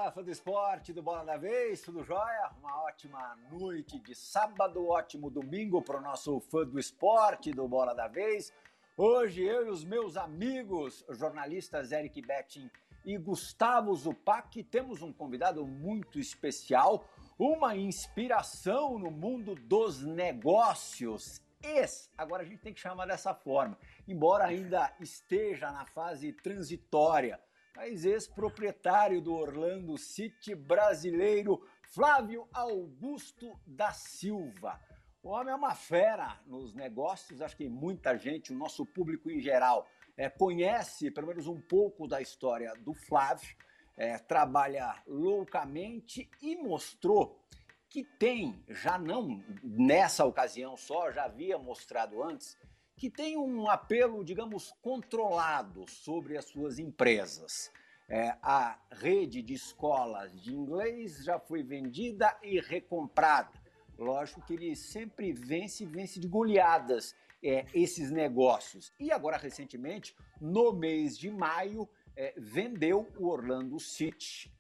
Fala, fã do esporte, do Bola da Vez, tudo jóia? Uma ótima noite de sábado, ótimo domingo para o nosso fã do esporte, do Bola da Vez. Hoje eu e os meus amigos, jornalistas Eric Betting e Gustavo Zupac, temos um convidado muito especial, uma inspiração no mundo dos negócios. Agora a gente tem que chamar dessa forma, embora ainda esteja na fase transitória, mas ex-proprietário do Orlando City brasileiro, Flávio Augusto da Silva. O homem é uma fera nos negócios, acho que muita gente, o nosso público em geral, conhece pelo menos um pouco da história do Flávio, trabalha loucamente e mostrou que tem, já não nessa ocasião só, já havia mostrado antes, que tem um apelo, digamos, controlado sobre as suas empresas. A rede de escolas de inglês já foi vendida e recomprada. Lógico que ele sempre vence de goleadas esses negócios. E agora, recentemente, no mês de maio, vendeu o Orlando City.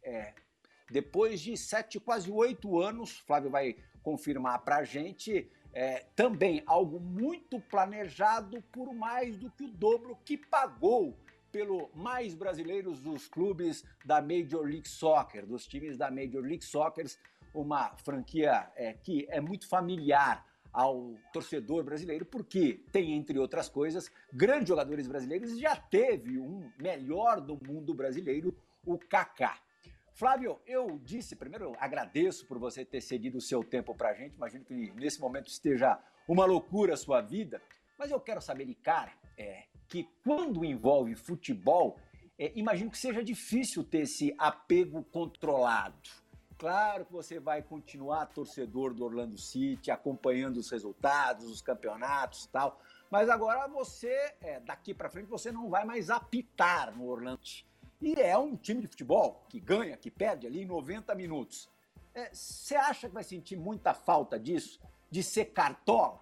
Depois de 7, quase 8 anos, Flávio vai confirmar para a gente, também algo muito planejado por mais do que o dobro que pagou pelo mais brasileiros dos clubes da Major League Soccer, dos times da Major League Soccer, uma franquia que é muito familiar ao torcedor brasileiro, porque tem, entre outras coisas, grandes jogadores brasileiros e já teve um melhor do mundo brasileiro, o Kaká. Flávio, eu disse, primeiro agradeço por você ter cedido o seu tempo para a gente, imagino que nesse momento esteja uma loucura a sua vida, mas eu quero saber de cara que quando envolve futebol, imagino que seja difícil ter esse apego controlado. Claro que você vai continuar torcedor do Orlando City, acompanhando os resultados, os campeonatos e tal, mas agora você, daqui para frente, você não vai mais apitar no Orlando City. E é um time de futebol que ganha, que perde ali em 90 minutos. Você acha que vai sentir muita falta disso, de ser cartola?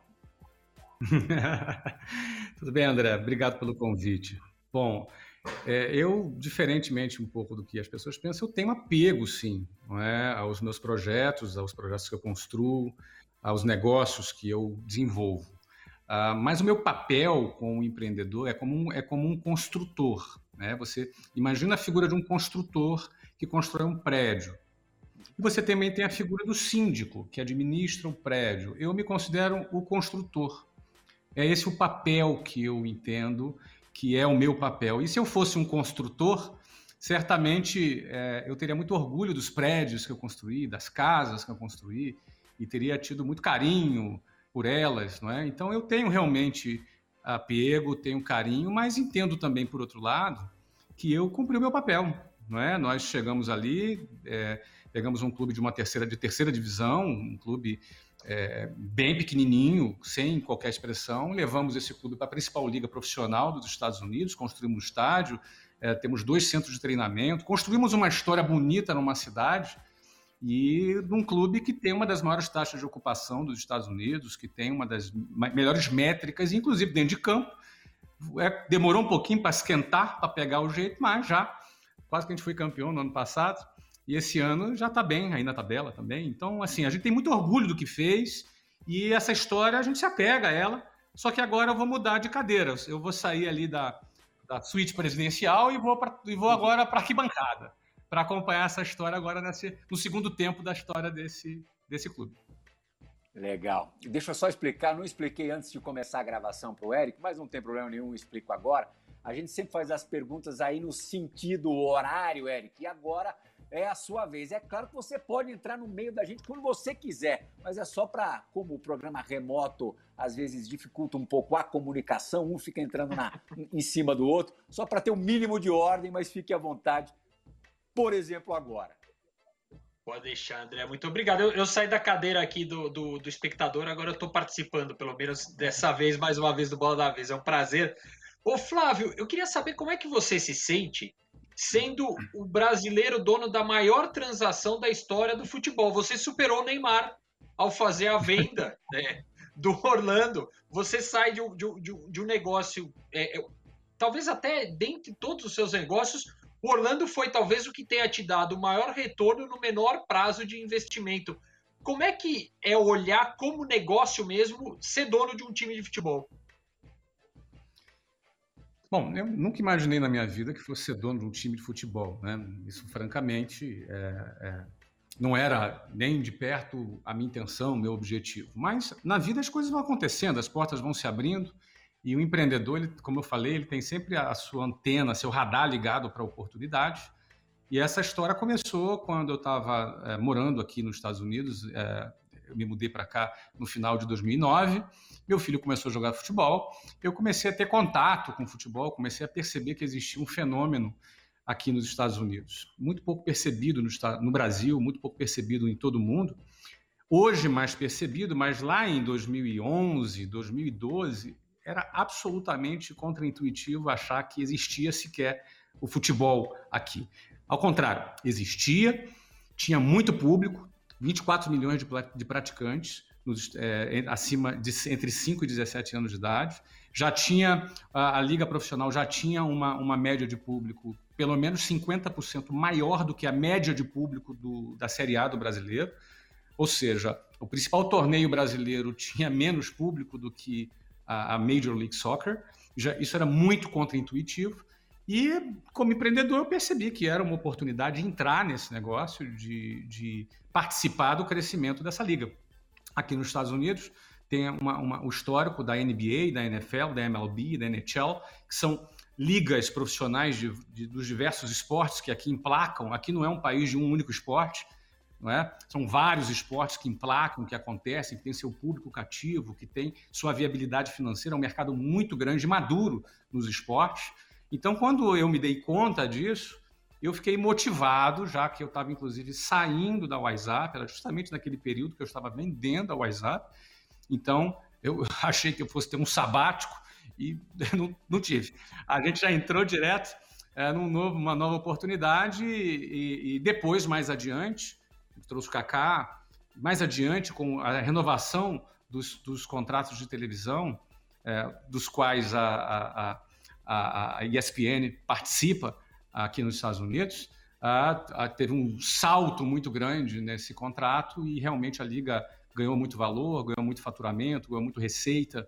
Tudo bem, André? Obrigado pelo convite. Bom, eu, diferentemente um pouco do que as pessoas pensam, eu tenho apego, sim, não é? Aos meus projetos, aos projetos que eu construo, aos negócios que eu desenvolvo. Mas o meu papel como empreendedor é como um construtor, né? Você imagina a figura de um construtor que constrói um prédio. E você também tem a figura do síndico, que administra o prédio. Eu me considero o construtor. É esse o papel que eu entendo que é o meu papel. E se eu fosse um construtor, certamente eu teria muito orgulho dos prédios que eu construí, das casas que eu construí, e teria tido muito carinho por elas, não é? Então eu tenho realmente apego, tenho carinho, mas entendo também, por outro lado, que eu cumpri o meu papel, não é? Nós chegamos ali, pegamos um clube de terceira divisão, um clube bem pequenininho, sem qualquer expressão, levamos esse clube para a principal liga profissional dos Estados Unidos, construímos um estádio, temos 2 centros de treinamento, construímos uma história bonita numa cidade, e num clube que tem uma das maiores taxas de ocupação dos Estados Unidos, que tem uma das melhores métricas, inclusive dentro de campo. Demorou um pouquinho para esquentar, para pegar o jeito, mas já quase que a gente foi campeão no ano passado, e esse ano já está bem aí na tabela também. Então, assim, a gente tem muito orgulho do que fez, e essa história a gente se apega a ela, só que agora eu vou mudar de cadeira. Eu vou sair ali da suíte presidencial e vou agora para a arquibancada, para acompanhar essa história agora no segundo tempo da história desse clube. Legal. Deixa eu só explicar, não expliquei antes de começar a gravação para o Eric, mas não tem problema nenhum, explico agora. A gente sempre faz as perguntas aí no sentido horário, Eric, e agora é a sua vez. É claro que você pode entrar no meio da gente quando você quiser, mas é só para, como o programa remoto às vezes dificulta um pouco a comunicação, um fica entrando em cima do outro, só para ter um mínimo de ordem, mas fique à vontade. Por exemplo, agora. Pode deixar, André. Muito obrigado. Eu saí da cadeira aqui do espectador, agora eu estou participando, pelo menos dessa vez, mais uma vez, do Bola da Vez. É um prazer. Ô, Flávio, eu queria saber como é que você se sente sendo o brasileiro dono da maior transação da história do futebol. Você superou o Neymar ao fazer a venda do Orlando. Você sai de um negócio, talvez até dentre todos os seus negócios, O Orlando foi talvez o que tenha te dado o maior retorno no menor prazo de investimento. Como é que é olhar como negócio mesmo ser dono de um time de futebol? Bom, eu nunca imaginei na minha vida que fosse ser dono de um time de futebol, né? Isso, francamente, não era nem de perto a minha intenção, o meu objetivo. Mas na vida as coisas vão acontecendo, as portas vão se abrindo e o empreendedor, ele, como eu falei, ele tem sempre a sua antena, seu radar ligado para oportunidades. E essa história começou quando eu estava morando aqui nos Estados Unidos. Eu me mudei para cá no final de 2009. Meu filho começou a jogar futebol. Eu comecei a ter contato com o futebol, comecei a perceber que existia um fenômeno aqui nos Estados Unidos, muito pouco percebido no Brasil, muito pouco percebido em todo o mundo. Hoje mais percebido, mas lá em 2011, 2012, era absolutamente contraintuitivo achar que existia sequer o futebol aqui. Ao contrário, existia, tinha muito público, 24 milhões de praticantes, acima de entre 5 e 17 anos de idade. Já tinha, a liga profissional já tinha uma média de público pelo menos 50% maior do que a média de público da Série A do brasileiro. Ou seja, o principal torneio brasileiro tinha menos público do que a Major League Soccer. Isso era muito contraintuitivo. E, como empreendedor, eu percebi que era uma oportunidade de entrar nesse negócio, de participar do crescimento dessa liga. Aqui nos Estados Unidos, tem o histórico da NBA, da NFL, da MLB, da NHL, que são ligas profissionais dos diversos esportes que aqui emplacam. Aqui não é um país de um único esporte, não é? São vários esportes que emplacam, que acontecem, que tem seu público cativo, que tem sua viabilidade financeira, um mercado muito grande, maduro nos esportes. Então, quando eu me dei conta disso, eu fiquei motivado, já que eu estava, inclusive, saindo da WhatsApp, era justamente naquele período que eu estava vendendo a WhatsApp. Então, eu achei que eu fosse ter um sabático e não tive. A gente já entrou direto numa nova oportunidade e depois, mais adiante, trouxe o Kaká, mais adiante, com a renovação dos contratos de televisão, dos quais a ESPN participa aqui nos Estados Unidos, teve um salto muito grande nesse contrato e realmente a liga ganhou muito valor, ganhou muito faturamento, ganhou muito receita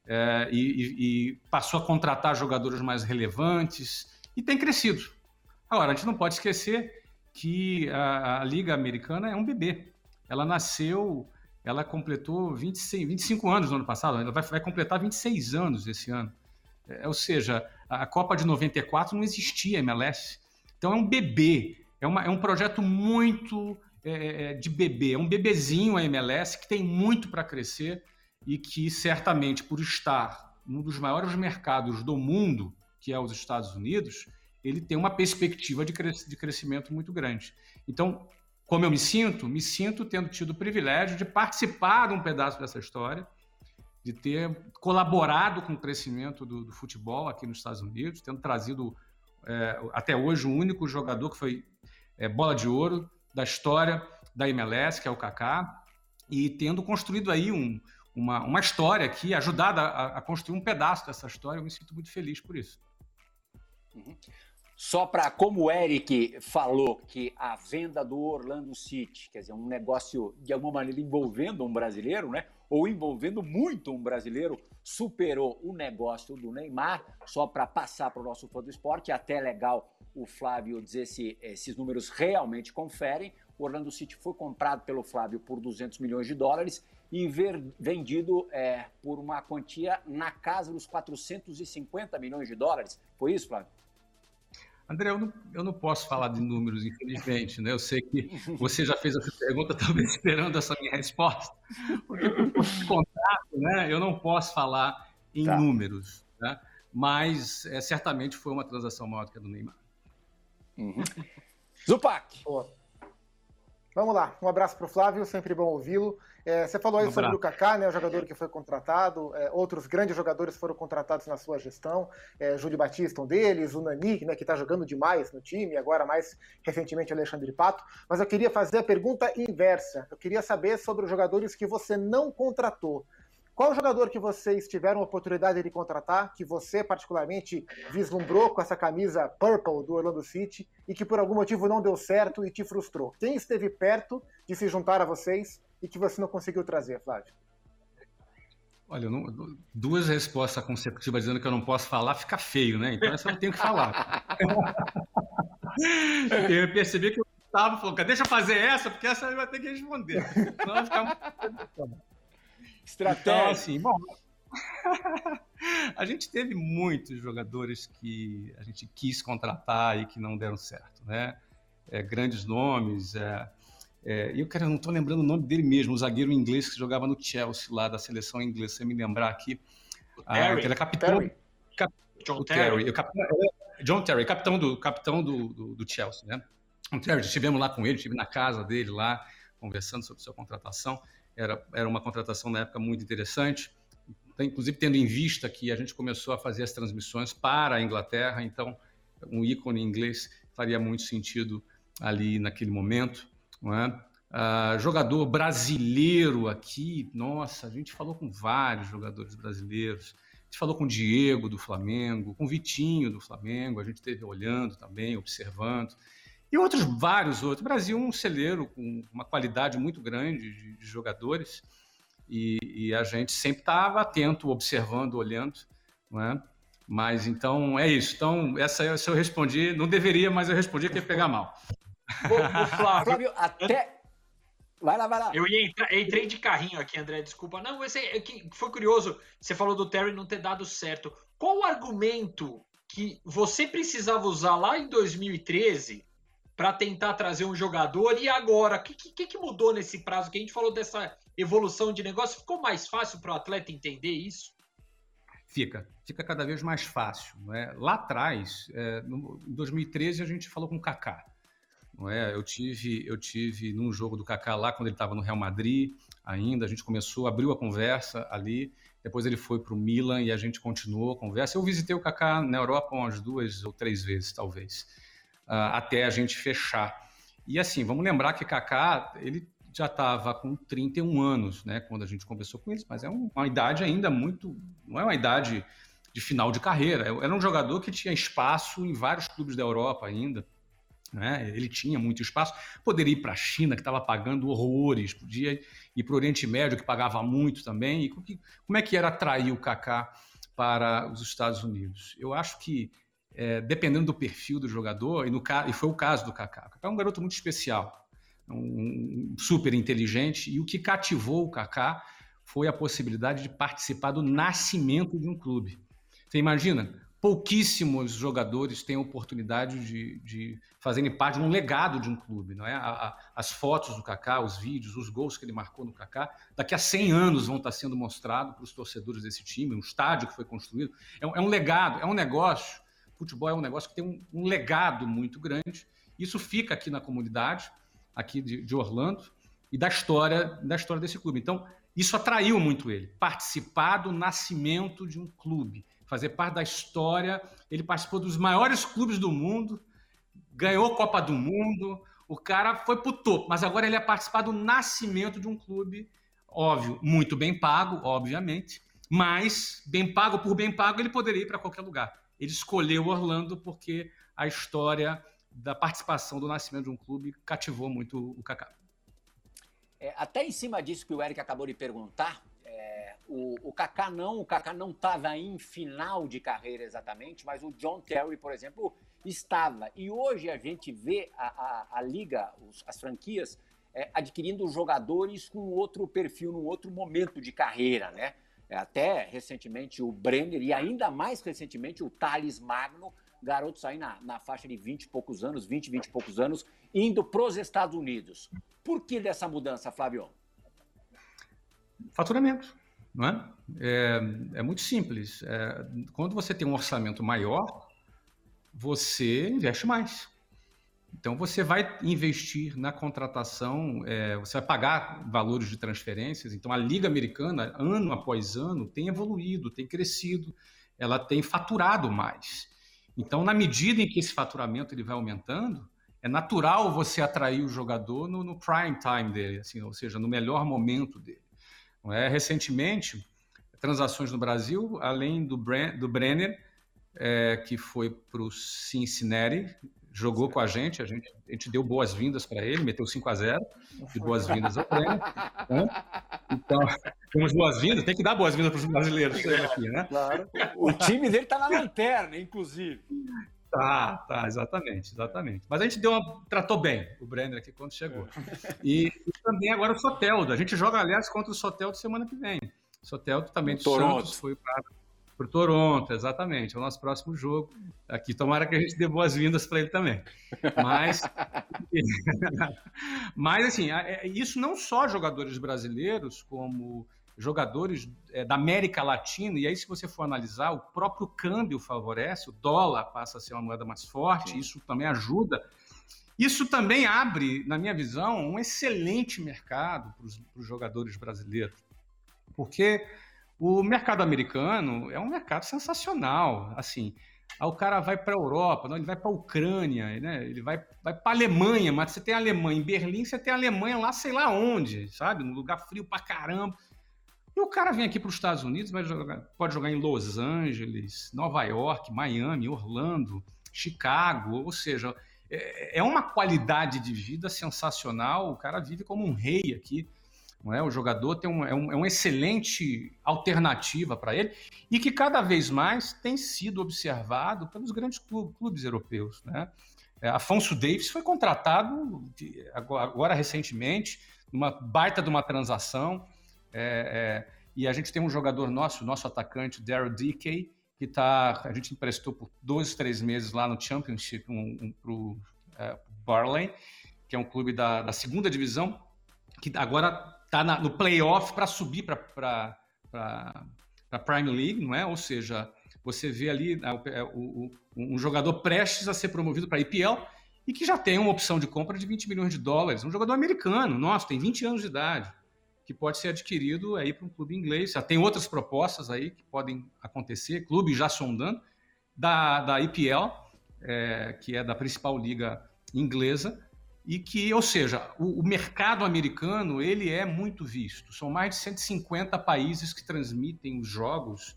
e passou a contratar jogadores mais relevantes e tem crescido. Agora, a gente não pode esquecer que a liga americana é um bebê. Ela completou 25 anos no ano passado, ela vai completar 26 anos esse ano. Ou seja, a Copa de 94 não existia MLS. Então é um bebê, é um projeto muito de bebê, é um bebezinho a MLS que tem muito para crescer e que certamente, por estar num dos maiores mercados do mundo, que é os Estados Unidos, ele tem uma perspectiva de crescimento muito grande. Então, como eu me sinto tendo tido o privilégio de participar de um pedaço dessa história, de ter colaborado com o crescimento do futebol aqui nos Estados Unidos, tendo trazido até hoje o único jogador que foi bola de ouro da história da MLS, que é o Kaká, e tendo construído aí uma história aqui, ajudado a construir um pedaço dessa história. Eu me sinto muito feliz por isso. Uhum. Só para, como o Eric falou, que a venda do Orlando City, quer dizer, um negócio de alguma maneira envolvendo um brasileiro, né? Ou envolvendo muito um brasileiro, superou o negócio do Neymar. Só para passar para o nosso fã do esporte, até legal o Flávio dizer se esses números realmente conferem. O Orlando City foi comprado pelo Flávio por $200 milhões e vendido por uma quantia na casa dos $450 milhões. Foi isso, Flávio? André, eu não posso falar de números, infelizmente, né? Eu sei que você já fez essa pergunta, talvez esperando essa minha resposta, porque por contrato, né, eu não posso falar em números, né? Mas certamente foi uma transação maior do que a do Neymar. Uhum. Zupac! Vamos lá, um abraço para o Flávio, sempre bom ouvi-lo. Você falou aí sobre o Kaká, né, o jogador que foi contratado, outros grandes jogadores foram contratados na sua gestão, Júlio Batista, um deles, o Nani, né, que está jogando demais no time, agora mais recentemente o Alexandre Pato, mas eu queria fazer a pergunta inversa, eu queria saber sobre os jogadores que você não contratou. Qual o jogador que vocês tiveram a oportunidade de contratar, que você particularmente vislumbrou com essa camisa purple do Orlando City e que por algum motivo não deu certo e te frustrou? Quem esteve perto de se juntar a vocês e que você não conseguiu trazer, Flávio? Olha, duas respostas consecutivas dizendo que eu não posso falar, fica feio, né? Então essa eu não tenho que falar. Eu percebi que o Gustavo falou, deixa eu fazer essa, porque essa ele vai ter que responder. Senão vai ficar muito... Estratégia. Então, assim, bom, a gente teve muitos jogadores que a gente quis contratar e que não deram certo, né? Grandes nomes, e eu não estou lembrando o nome dele mesmo, o zagueiro inglês que jogava no Chelsea, lá da seleção inglesa, se você me lembrar aqui. Ele é capitão. John Terry. John Terry, capitão do Chelsea, né? John Terry, estivemos lá com ele, estive na casa dele lá, conversando sobre sua contratação. Era uma contratação na época muito interessante, inclusive tendo em vista que a gente começou a fazer as transmissões para a Inglaterra, então um ícone inglês faria muito sentido ali naquele momento, não é? Jogador brasileiro aqui, nossa, a gente falou com vários jogadores brasileiros, a gente falou com o Diego do Flamengo, com o Vitinho do Flamengo, a gente esteve olhando também, observando, e vários outros. O Brasil é um celeiro com uma qualidade muito grande de jogadores e a gente sempre estava atento, observando, olhando, não é? Mas então é isso. Então, essa eu respondi, não deveria, mas eu respondi que ia pegar mal. Flávio, até... Vai lá. Eu entrei de carrinho aqui, André, desculpa. Não, foi curioso, você falou do Terry não ter dado certo. Qual o argumento que você precisava usar lá em 2013 para tentar trazer um jogador e agora? O que mudou nesse prazo? Que a gente falou dessa evolução de negócio, ficou mais fácil para o atleta entender isso? Fica cada vez mais fácil, não é? Lá atrás, em 2013, a gente falou com o Kaká. Não é? Eu tive num jogo do Kaká lá, quando ele estava no Real Madrid ainda, a gente abriu a conversa ali, depois ele foi para o Milan e a gente continuou a conversa. Eu visitei o Kaká na Europa umas 2 ou 3 vezes, talvez, até a gente fechar. E assim, vamos lembrar que Kaká, ele já estava com 31 anos, né, quando a gente conversou com eles, mas é uma idade ainda muito... Não é uma idade de final de carreira, era um jogador que tinha espaço em vários clubes da Europa ainda, né? Ele tinha muito espaço, poderia ir para a China, que estava pagando horrores, podia ir para o Oriente Médio, que pagava muito também. E como é que era atrair o Kaká para os Estados Unidos? Eu acho que, dependendo do perfil do jogador, e foi o caso do Kaká. O Kaká é um garoto muito especial, super inteligente, e o que cativou o Kaká foi a possibilidade de participar do nascimento de um clube. Você imagina? Pouquíssimos jogadores têm a oportunidade de fazerem parte de um legado de um clube, não é? As fotos do Kaká, os vídeos, os gols que ele marcou no Kaká, daqui a 100 anos vão estar sendo mostrados para os torcedores desse time, um estádio que foi construído. É um legado, é um negócio. Futebol é um negócio que tem um legado muito grande. Isso fica aqui na comunidade, aqui de Orlando, e da história desse clube. Então, isso atraiu muito ele, participar do nascimento de um clube, fazer parte da história. Ele participou dos maiores clubes do mundo, ganhou Copa do Mundo, o cara foi pro topo, mas agora ele ia participar do nascimento de um clube, óbvio, muito bem pago, obviamente, mas bem pago por bem pago ele poderia ir para qualquer lugar. Ele escolheu Orlando porque a história da participação do nascimento de um clube cativou muito o Kaká. Até em cima disso que o Eric acabou de perguntar, o Kaká não estava em final de carreira exatamente, mas o John Terry, por exemplo, estava. E hoje a gente vê a liga, as franquias, adquirindo jogadores com outro perfil, num outro momento de carreira, né? Até recentemente o Brenner e ainda mais recentemente o Thales Magno, garotos aí na faixa de 20 e poucos anos, 20 e poucos anos, indo para os Estados Unidos. Por que dessa mudança, Flávio? Faturamento, não é? É muito simples. Quando você tem um orçamento maior, você investe mais. Então, você vai investir na contratação, você vai pagar valores de transferências. Então, a Liga Americana, ano após ano, tem evoluído, tem crescido, ela tem faturado mais. Então, na medida em que esse faturamento ele vai aumentando, é natural você atrair o jogador no prime time dele, assim, ou seja, no melhor momento dele. Recentemente, transações no Brasil, além do Brenner, que foi para o Cincinnati, jogou com a gente deu boas-vindas para ele, meteu 5-0 de boas-vindas ao Brenner. Então, temos boas-vindas, tem que dar boas-vindas para os brasileiros aqui, né? Claro. O time dele está na lanterna, inclusive. Tá, exatamente. Mas a gente tratou bem o Brenner aqui quando chegou. E também agora o Soteldo. A gente joga, aliás, contra o Soteldo semana que vem. O Soteldo também do Santos foi para o Toronto, exatamente. É o nosso próximo jogo. Aqui, tomara que a gente dê boas-vindas para ele também. Mas assim, isso não só jogadores brasileiros, como jogadores da América Latina, e aí se você for analisar, o próprio câmbio favorece, o dólar passa a ser uma moeda mais forte, isso também ajuda. Isso também abre, na minha visão, um excelente mercado para os jogadores brasileiros, porque o mercado americano é um mercado sensacional, assim, o cara vai para a Europa, ele vai para a Ucrânia, né? Ele vai para a Alemanha, mas você tem a Alemanha em Berlim, você tem a Alemanha lá sei lá onde, sabe? Num lugar frio pra caramba. E o cara vem aqui para os Estados Unidos, pode jogar em Los Angeles, Nova York, Miami, Orlando, Chicago, ou seja, é uma qualidade de vida sensacional, o cara vive como um rei aqui, não é? O jogador é uma excelente alternativa para ele e que cada vez mais tem sido observado pelos grandes clubes europeus, né? Afonso Davies foi contratado agora recentemente, numa baita de uma transação, e a gente tem um jogador nosso atacante, Daryl Dikey, que a gente emprestou por 2-3 meses lá no Championship para o Burnley, que é um clube da segunda divisão, que agora está no playoff para subir para a Premier League, não é? Ou seja, você vê ali um jogador prestes a ser promovido para a EPL e que já tem uma opção de compra de $20 milhões. Um jogador americano, tem 20 anos de idade, que pode ser adquirido aí para um clube inglês. Já tem outras propostas aí que podem acontecer, clubes já sondando, da EPL, que é da principal liga inglesa, e que, ou seja, o mercado americano ele é muito visto. São mais de 150 países que transmitem os jogos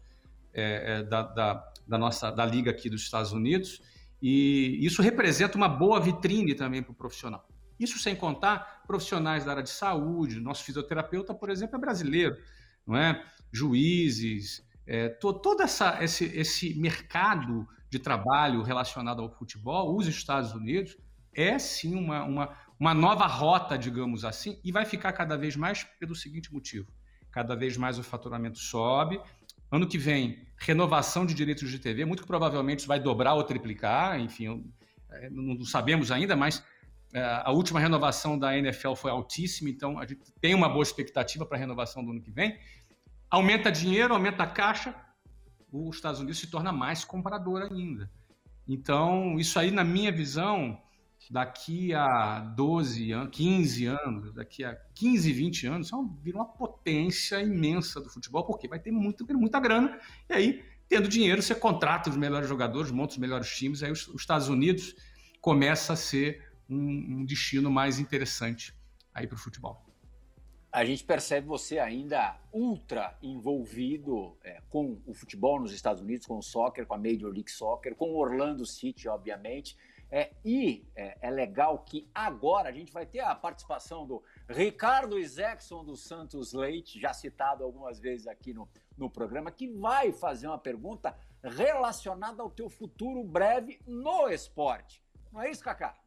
da liga aqui dos Estados Unidos, e isso representa uma boa vitrine também para o profissional. Isso sem contar profissionais da área de saúde. Nosso fisioterapeuta, por exemplo, é brasileiro, não é? Juízes, todo esse mercado de trabalho relacionado ao futebol, os Estados Unidos, é sim uma nova rota, digamos assim, e vai ficar cada vez mais pelo seguinte motivo: cada vez mais o faturamento sobe. Ano que vem, renovação de direitos de TV, muito provavelmente isso vai dobrar ou triplicar, enfim, não sabemos ainda, mas a última renovação da NFL foi altíssima, então a gente tem uma boa expectativa para a renovação do ano que vem. Aumenta dinheiro, aumenta a caixa, os Estados Unidos se torna mais comprador ainda. Então, isso aí, na minha visão, daqui a 12 anos, 15 anos, daqui a 15, 20 anos, vira uma potência imensa do futebol, porque vai ter muita grana, e aí, tendo dinheiro, você contrata os melhores jogadores, monta os melhores times, aí os Estados Unidos começa a ser um destino mais interessante aí para o futebol. A gente percebe você ainda ultra envolvido com o futebol nos Estados Unidos, com o soccer, com a Major League Soccer, com o Orlando City, obviamente. E é legal que agora a gente vai ter a participação do Ricardo Isaacson dos Santos Leite, já citado algumas vezes aqui no programa, que vai fazer uma pergunta relacionada ao teu futuro breve no esporte. Não é isso, Kaká?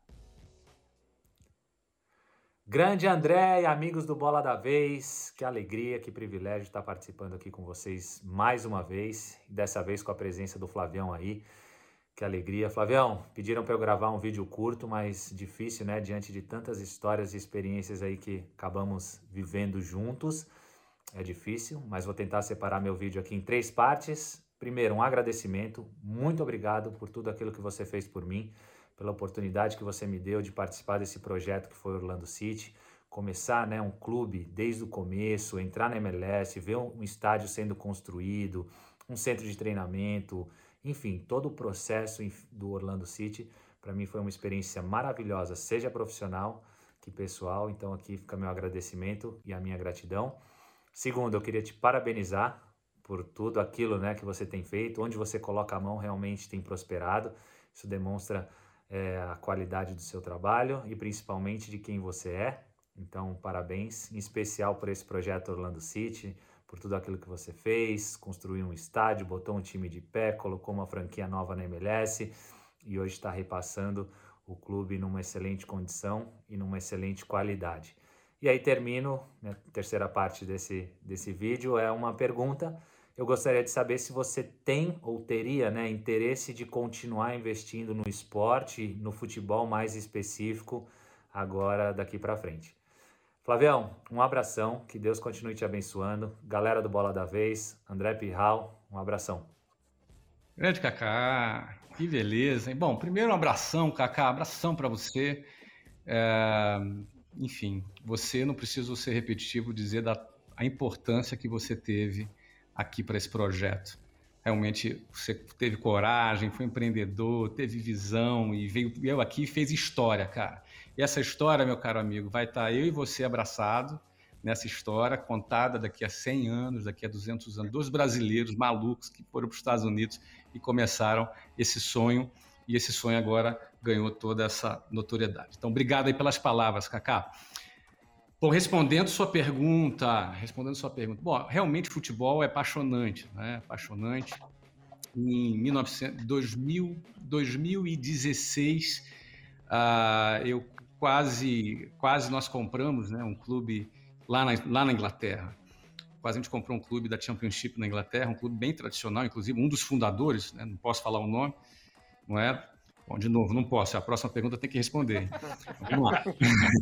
Grande André e amigos do Bola da Vez, que alegria, que privilégio estar participando aqui com vocês mais uma vez, dessa vez com a presença do Flavião aí, que alegria. Flavião, pediram para eu gravar um vídeo curto, mas difícil, né, diante de tantas histórias e experiências aí que acabamos vivendo juntos, é difícil, mas vou tentar separar meu vídeo aqui em 3 partes. Primeiro, um agradecimento, muito obrigado por tudo aquilo que você fez por mim, pela oportunidade que você me deu de participar desse projeto que foi Orlando City, começar, né, um clube desde o começo, entrar na MLS, ver um estádio sendo construído, um centro de treinamento, enfim, todo o processo do Orlando City, para mim foi uma experiência maravilhosa, seja profissional que pessoal, então aqui fica meu agradecimento e a minha gratidão. Segundo, eu queria te parabenizar por tudo aquilo, né, que você tem feito. Onde você coloca a mão realmente tem prosperado. Isso demonstra a qualidade do seu trabalho e principalmente de quem você é. Então, parabéns, em especial por esse projeto Orlando City, por tudo aquilo que você fez, construiu um estádio, botou um time de pé, colocou uma franquia nova na MLS e hoje está repassando o clube numa excelente condição e numa excelente qualidade. E aí termino, né, a terceira parte desse vídeo, é uma pergunta. Eu gostaria de saber se você tem ou teria, né, interesse de continuar investindo no esporte, no futebol mais específico, agora daqui para frente. Flavião, um abração, que Deus continue te abençoando. Galera do Bola da Vez, André Pirral, um abração. Grande Kaká, que beleza, hein? Bom, primeiro um abração, Kaká, abração para você. Enfim, você, não preciso ser repetitivo, dizer a importância que você teve aqui para esse projeto. Realmente você teve coragem, foi empreendedor, teve visão e veio aqui e fez história, cara. E essa história, meu caro amigo, vai estar eu e você abraçado nessa história, contada daqui a 100 anos, daqui a 200 anos, dos brasileiros malucos que foram para os Estados Unidos e começaram esse sonho, e esse sonho agora ganhou toda essa notoriedade. Então, obrigado aí pelas palavras, Kaká. Bom, respondendo sua pergunta, bom, realmente futebol é apaixonante, né? Apaixonante. Em 2016, eu quase nós compramos, né, um clube lá na Inglaterra. Quase a gente comprou um clube da Championship na Inglaterra, um clube bem tradicional, inclusive um dos fundadores, né, não posso falar o nome, não é? Bom, de novo, não posso. A próxima pergunta tem que responder. Vamos lá.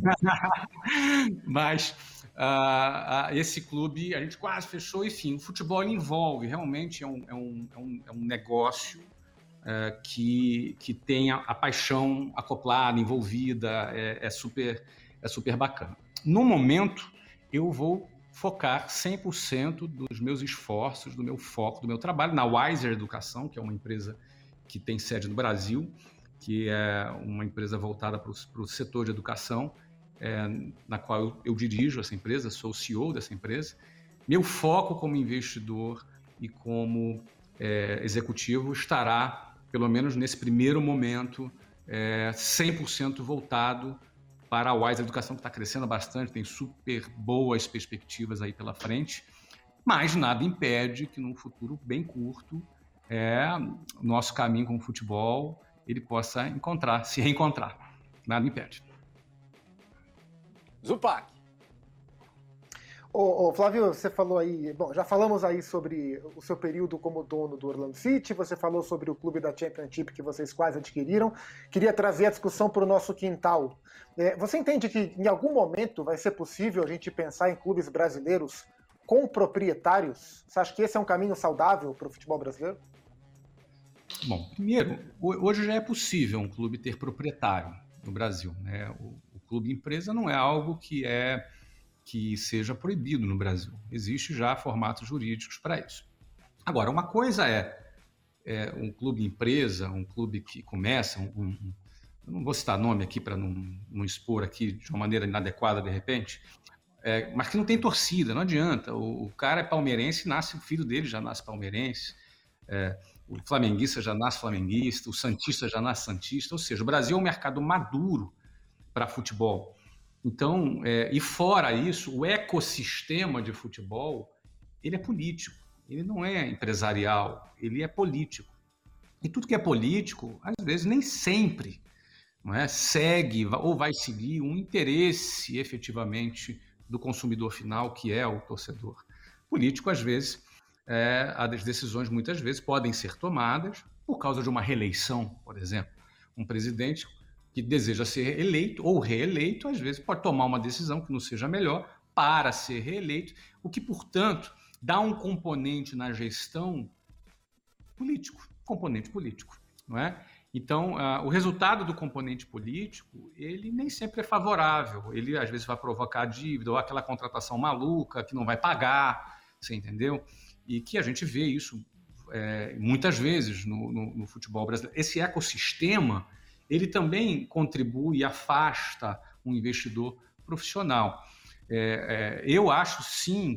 Mas esse clube a gente quase fechou. Enfim, o futebol envolve, realmente é um negócio que tem a paixão acoplada, envolvida, é super bacana. No momento, eu vou focar 100% dos meus esforços, do meu foco, do meu trabalho na Wiser Educação, que é uma empresa que tem sede no Brasil, que é uma empresa voltada para o setor de educação, na qual eu dirijo essa empresa, sou o CEO dessa empresa. Meu foco como investidor e como executivo estará, pelo menos nesse primeiro momento, 100% voltado para a Wiser Educação, que está crescendo bastante, tem super boas perspectivas aí pela frente, mas nada impede que num futuro bem curto, nosso caminho com o futebol, ele possa se reencontrar. Nada impede. Zupac. Flávio, você falou aí, bom, já falamos aí sobre o seu período como dono do Orlando City, você falou sobre o clube da Championship que vocês quase adquiriram. Queria trazer a discussão para o nosso quintal. Você entende que em algum momento vai ser possível a gente pensar em clubes brasileiros com proprietários? Você acha que esse é um caminho saudável para o futebol brasileiro? Bom, primeiro, hoje já é possível um clube ter proprietário no Brasil, né? O clube empresa não é algo que seja proibido no Brasil. Existe já formatos jurídicos para isso. Agora, uma coisa é um clube empresa, um clube que começa, eu não vou citar nome aqui para não expor aqui de uma maneira inadequada de repente, mas que não tem torcida, não adianta. O cara é palmeirense, o filho dele já nasce palmeirense, o flamenguista já nasce flamenguista, o santista já nasce santista, ou seja, o Brasil é um mercado maduro para futebol. Então, e fora isso, o ecossistema de futebol, ele é político, ele não é empresarial, ele é político. E tudo que é político, às vezes, nem sempre segue ou vai seguir um interesse efetivamente do consumidor final, que é o torcedor. Político, às vezes, as decisões muitas vezes podem ser tomadas por causa de uma reeleição, por exemplo. Um presidente que deseja ser eleito ou reeleito, às vezes pode tomar uma decisão que não seja melhor para ser reeleito, o que, portanto, dá um componente na gestão político, não é? Então, o resultado do componente político, ele nem sempre é favorável, ele às vezes vai provocar dívida ou aquela contratação maluca que não vai pagar, você entendeu? E que a gente vê isso muitas vezes no futebol brasileiro. Esse ecossistema, ele também contribui e afasta um investidor profissional. Eu acho, sim,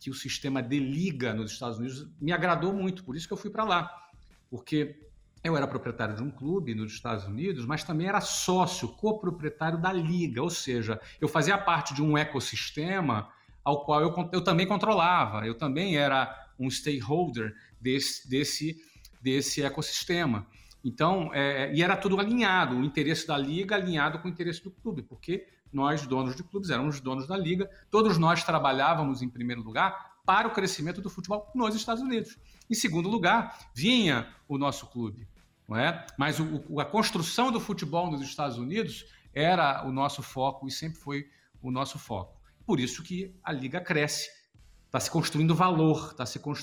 que o sistema de liga nos Estados Unidos me agradou muito, por isso que eu fui para lá, porque eu era proprietário de um clube nos Estados Unidos, mas também era sócio, coproprietário da liga, ou seja, eu fazia parte de um ecossistema ao qual eu também controlava, eu também era um stakeholder desse ecossistema. Então, e era tudo alinhado, o interesse da liga alinhado com o interesse do clube, porque nós, donos de clubes, éramos donos da liga, todos nós trabalhávamos, em primeiro lugar, para o crescimento do futebol nos Estados Unidos. Em segundo lugar, vinha o nosso clube, não é? Mas a construção do futebol nos Estados Unidos era o nosso foco e sempre foi o nosso foco. Por isso que a liga cresce, está se construindo valor,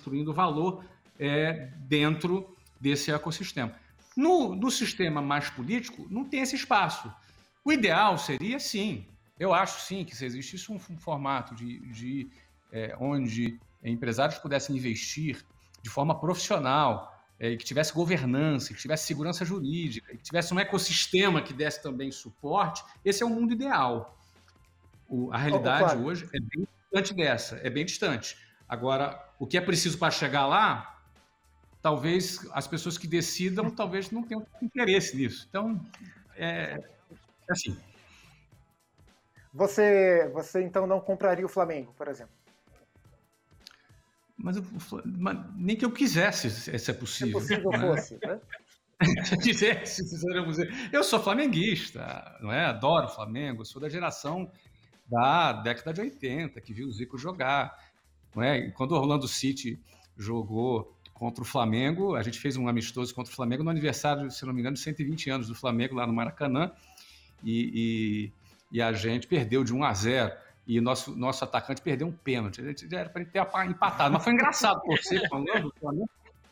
dentro desse ecossistema. No sistema mais político, não tem esse espaço. O ideal seria, sim, eu acho sim que se existisse um formato onde empresários pudessem investir de forma profissional, que tivesse governança, que tivesse segurança jurídica, que tivesse um ecossistema que desse também suporte, esse é o mundo ideal. A realidade hoje é bem distante dessa, é bem distante. Agora, o que é preciso para chegar lá, talvez as pessoas que decidam talvez não tenham interesse nisso. Então, assim. Você então não compraria o Flamengo, por exemplo? Mas nem que eu quisesse, se é possível. Se possível fosse, né? Se eu quisesse, eu sou flamenguista, não é? Adoro o Flamengo, sou da geração da década de 80, que viu o Zico jogar, não é? Quando o Orlando City jogou contra o Flamengo, a gente fez um amistoso contra o Flamengo no aniversário, se não me engano, de 120 anos do Flamengo, lá no Maracanã, e a gente perdeu de 1-0, e nosso atacante perdeu um pênalti. A gente já era para ter empatado, mas foi engraçado torcer falando do Flamengo.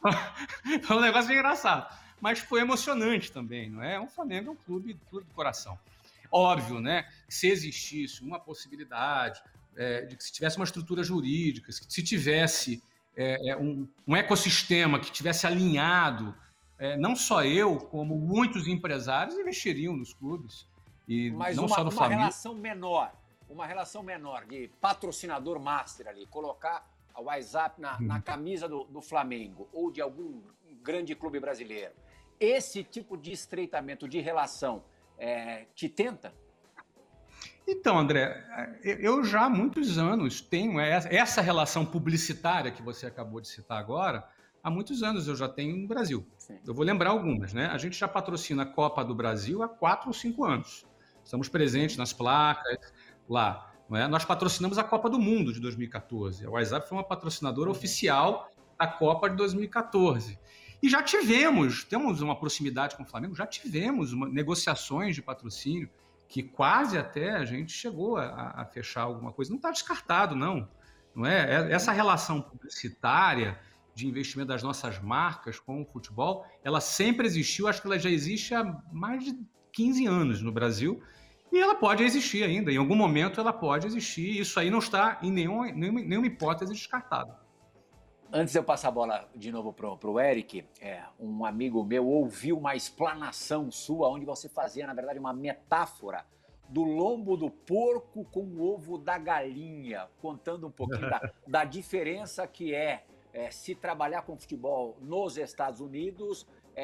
Foi um negócio engraçado, mas foi emocionante também, não é? O Flamengo é um clube do coração. Óbvio, né? Que se existisse uma possibilidade de que se tivesse uma estrutura jurídica, que se tivesse um ecossistema que tivesse alinhado, não só eu, como muitos empresários investiriam nos clubes. E mas não só no Flamengo. Uma relação menor de patrocinador master ali, colocar a WhatsApp na camisa do Flamengo ou de algum grande clube brasileiro. Esse tipo de estreitamento de relação te tenta? Então, André, eu já há muitos anos tenho essa relação publicitária que você acabou de citar agora, há muitos anos eu já tenho no Brasil. Sim. Eu vou lembrar algumas, né? A gente já patrocina a Copa do Brasil há 4 ou 5 anos. Estamos presentes nas placas lá. Não é? Nós patrocinamos a Copa do Mundo de 2014. A WhatsApp foi uma patrocinadora oficial da Copa de 2014. E já temos uma proximidade com o Flamengo, já tivemos negociações de patrocínio que quase até a gente chegou a fechar alguma coisa. Não está descartado, não é? Essa relação publicitária de investimento das nossas marcas com o futebol, ela sempre existiu, acho que ela já existe há mais de 15 anos no Brasil, e ela pode existir ainda, em algum momento ela pode existir, isso aí não está em nenhuma hipótese descartado. Antes de eu passar a bola de novo para o Eric, um amigo meu ouviu uma explanação sua, onde você fazia, na verdade, uma metáfora do lombo do porco com o ovo da galinha, contando um pouquinho da diferença que se trabalhar com futebol nos Estados Unidos,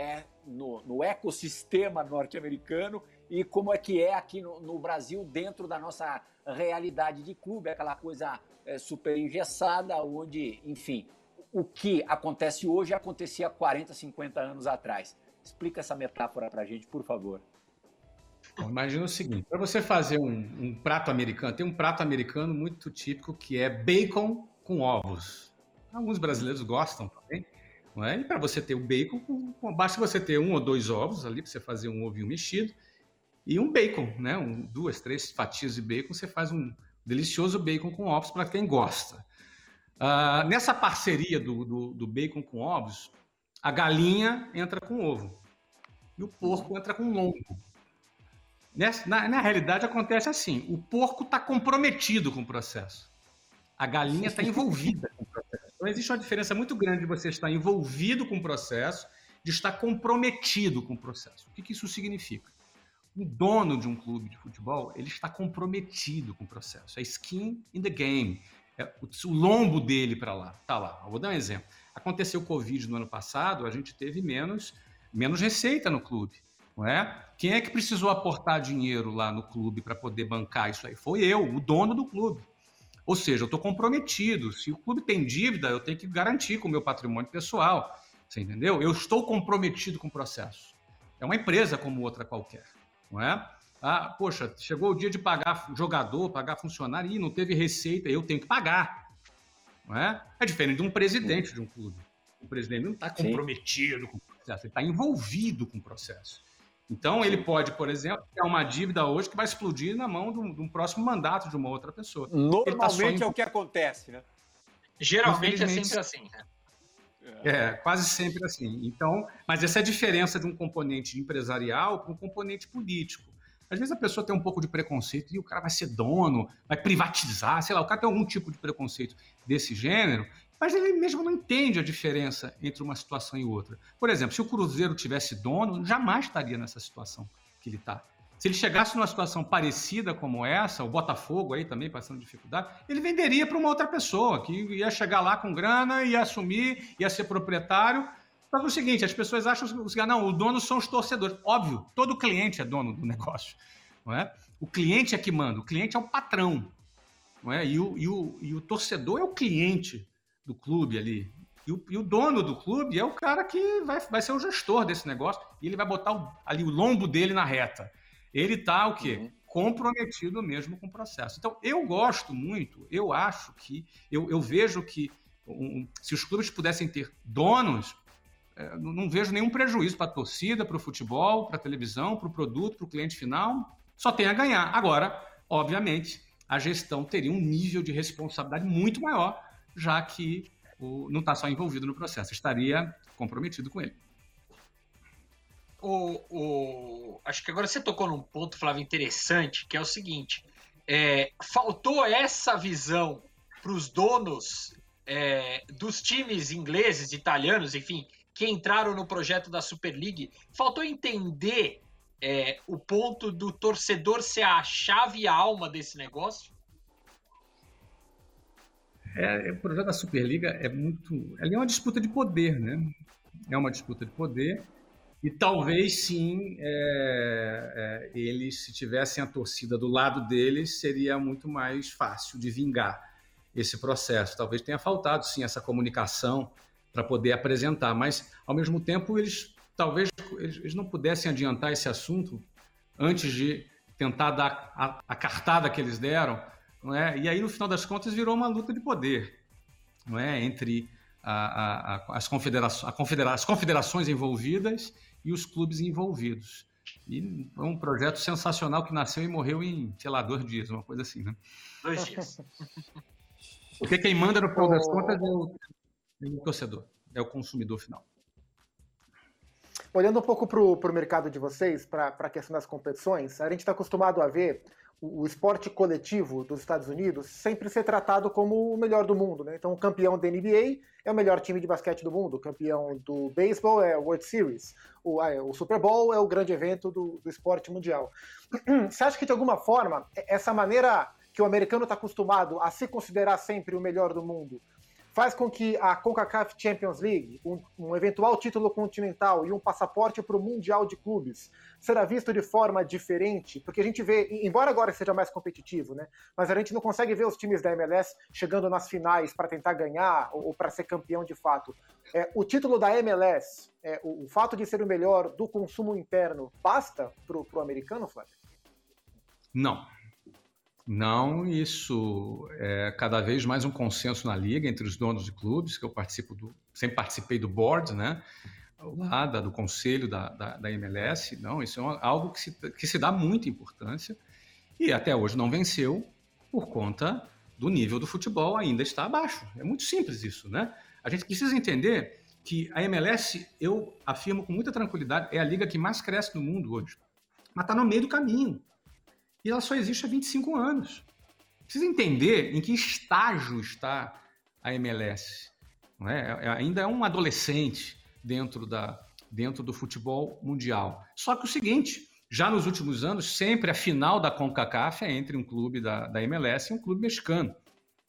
no ecossistema norte-americano, e como é que aqui no Brasil, dentro da nossa realidade de clube, aquela coisa super engessada, onde, enfim, o que acontece hoje acontecia 40, 50 anos atrás. Explica essa metáfora para a gente, por favor. Imagina o seguinte, para você fazer um prato americano, tem um prato americano muito típico que é bacon com ovos. Alguns brasileiros gostam também, não é? E para você ter o bacon, basta você ter 1 ou 2 ovos ali para você fazer um ovinho mexido e um bacon, né? 2, 3 fatias de bacon, você faz um delicioso bacon com ovos para quem gosta. Nessa parceria do bacon com ovos, a galinha entra com ovo e o porco entra com lombo. Na realidade, acontece assim, o porco está comprometido com o processo, a galinha está envolvida com o processo. Então, existe uma diferença muito grande de você estar envolvido com o processo, de estar comprometido com o processo. O que isso significa? O dono de um clube de futebol, ele está comprometido com o processo, é skin in the game. o lombo dele para lá, tá lá. Eu vou dar um exemplo. Aconteceu o Covid no ano passado, a gente teve menos receita no clube, não é? Quem é que precisou aportar dinheiro lá no clube para poder bancar isso aí? Foi eu, o dono do clube. Ou seja, eu estou comprometido. Se o clube tem dívida, eu tenho que garantir com o meu patrimônio pessoal. Você entendeu? Eu estou comprometido com o processo. É uma empresa como outra qualquer, não é? Poxa, chegou o dia de pagar jogador, pagar funcionário, e não teve receita, eu tenho que pagar. Não é? É diferente de um presidente de um clube. O presidente não está comprometido com o processo, ele está envolvido com o processo. Então, ele pode, por exemplo, ter uma dívida hoje que vai explodir na mão de um próximo mandato de uma outra pessoa. Normalmente é o que acontece, né? Geralmente é sempre assim, né? Quase sempre assim. Então, mas essa é a diferença de um componente empresarial para um componente político. Às vezes a pessoa tem um pouco de preconceito e o cara vai ser dono, vai privatizar, sei lá, o cara tem algum tipo de preconceito desse gênero, mas ele mesmo não entende a diferença entre uma situação e outra. Por exemplo, se o Cruzeiro tivesse dono, jamais estaria nessa situação que ele está. Se ele chegasse numa situação parecida como essa, o Botafogo aí também passando dificuldade, ele venderia para uma outra pessoa, que ia chegar lá com grana, ia assumir, ia ser proprietário. Só que é o seguinte, as pessoas acham que não, os donos são os torcedores. Óbvio, todo cliente é dono do negócio, não é? O cliente é que manda, o cliente é o patrão, não é? E o torcedor é o cliente do clube ali. E o dono do clube é o cara que vai ser o gestor desse negócio e ele vai botar ali o lombo dele na reta. Ele está o quê? Comprometido mesmo com o processo. Então, eu gosto muito, eu acho que, eu vejo que se os clubes pudessem ter donos, não vejo nenhum prejuízo para a torcida, para o futebol, para a televisão, para o produto, para o cliente final, só tem a ganhar. Agora, obviamente, a gestão teria um nível de responsabilidade muito maior, já que não está só envolvido no processo, estaria comprometido com ele. Acho que agora você tocou num ponto, Flávio, interessante, que é o seguinte, faltou essa visão para os donos dos times ingleses, italianos, enfim, que entraram no projeto da Super League, faltou entender o ponto do torcedor ser a chave e a alma desse negócio? O projeto da Superliga ali é uma disputa de poder, né? É uma disputa de poder e talvez sim eles, se tivessem a torcida do lado deles, seria muito mais fácil de vingar esse processo. Talvez tenha faltado sim essa comunicação para poder apresentar, mas ao mesmo tempo talvez eles não pudessem adiantar esse assunto antes de tentar dar a cartada que eles deram. Não é? E aí, no final das contas, virou uma luta de poder, não é? Entre as confederações envolvidas e os clubes envolvidos. E foi um projeto sensacional que nasceu e morreu em, 2 dias, uma coisa assim, né? 2 dias. Porque quem manda, no final das contas, é o torcedor, é o consumidor final. Olhando um pouco para o mercado de vocês, para a questão das competições, a gente está acostumado a ver o esporte coletivo dos Estados Unidos sempre ser tratado como o melhor do mundo, né? Então, o campeão da NBA é o melhor time de basquete do mundo, o campeão do beisebol é o World Series, o Super Bowl é o grande evento do esporte mundial. Você acha que, de alguma forma, essa maneira que o americano está acostumado a se considerar sempre o melhor do mundo faz com que a CONCACAF Champions League, um eventual título continental e um passaporte para o Mundial de Clubes, será visto de forma diferente? Porque a gente vê, embora agora seja mais competitivo, né, mas a gente não consegue ver os times da MLS chegando nas finais para tentar ganhar ou para ser campeão de fato. O título da MLS, o fato de ser o melhor do consumo interno, basta para o americano, Flávio? Não, isso é cada vez mais um consenso na Liga entre os donos de clubes, que eu sempre participei do board, né? Lá do conselho da MLS. Não, isso é algo que se dá muita importância e até hoje não venceu por conta do nível do futebol ainda está abaixo. É muito simples isso, né? A gente precisa entender que a MLS, eu afirmo com muita tranquilidade, é a liga que mais cresce no mundo hoje, mas está no meio do caminho. E ela só existe há 25 anos. Precisa entender em que estágio está a MLS. Não é? Ainda é um adolescente dentro do futebol mundial. Só que o seguinte, já nos últimos anos, sempre a final da CONCACAF é entre um clube da MLS e um clube mexicano.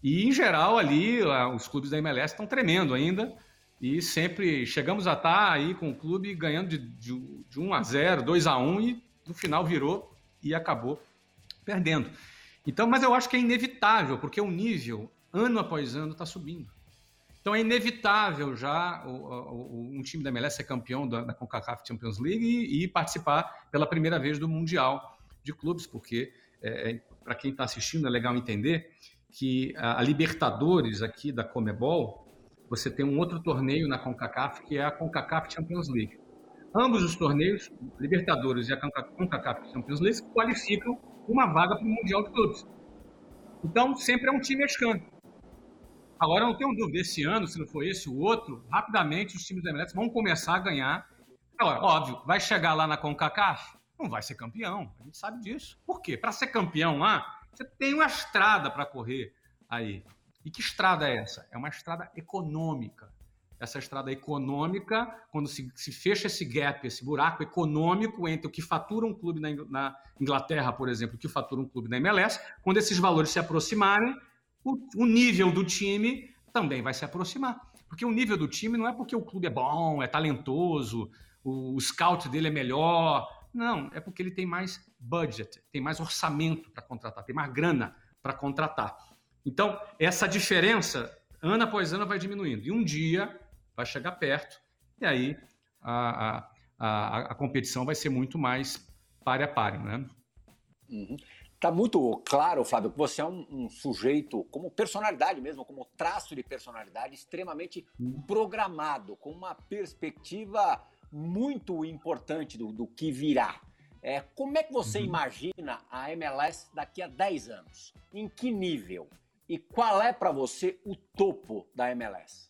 E, em geral, ali, os clubes da MLS estão tremendo ainda. E sempre chegamos a estar aí com o clube ganhando de 1-0, 2-1, e no final virou e acabou perdendo. Então, mas eu acho que é inevitável, porque o nível, ano após ano, está subindo. Então é inevitável já um time da MLS ser campeão da CONCACAF Champions League e participar pela primeira vez do Mundial de Clubes, porque, para quem está assistindo, é legal entender que a Libertadores aqui da Conmebol, você tem um outro torneio na CONCACAF, que é a CONCACAF Champions League. Ambos os torneios, Libertadores e a CONCACAF Champions League, qualificam uma vaga para o Mundial de Clubes. Então, sempre é um time mexicano. Agora, não tenho dúvida, esse ano, se não for esse ou outro, rapidamente os times da MLS vão começar a ganhar. Agora, óbvio, vai chegar lá na CONCACAF? Não vai ser campeão, a gente sabe disso. Por quê? Para ser campeão lá, você tem uma estrada para correr aí. E que estrada é essa? É uma estrada econômica. Essa estrada econômica, quando se fecha esse gap, esse buraco econômico entre o que fatura um clube na Inglaterra, por exemplo, e o que fatura um clube na MLS, quando esses valores se aproximarem, o nível do time também vai se aproximar. Porque o nível do time não é porque o clube é bom, é talentoso, o scout dele é melhor. Não, é porque ele tem mais budget, tem mais orçamento para contratar, tem mais grana para contratar. Então, essa diferença, ano após ano, vai diminuindo. E um dia vai chegar perto, e aí a competição vai ser muito mais pare a pare, né? Uhum. Tá muito claro, Flávio, que você é um sujeito, como personalidade mesmo, como traço de personalidade, extremamente programado, com uma perspectiva muito importante do que virá. Como é que você imagina a MLS daqui a 10 anos? Em que nível? E qual é para você o topo da MLS?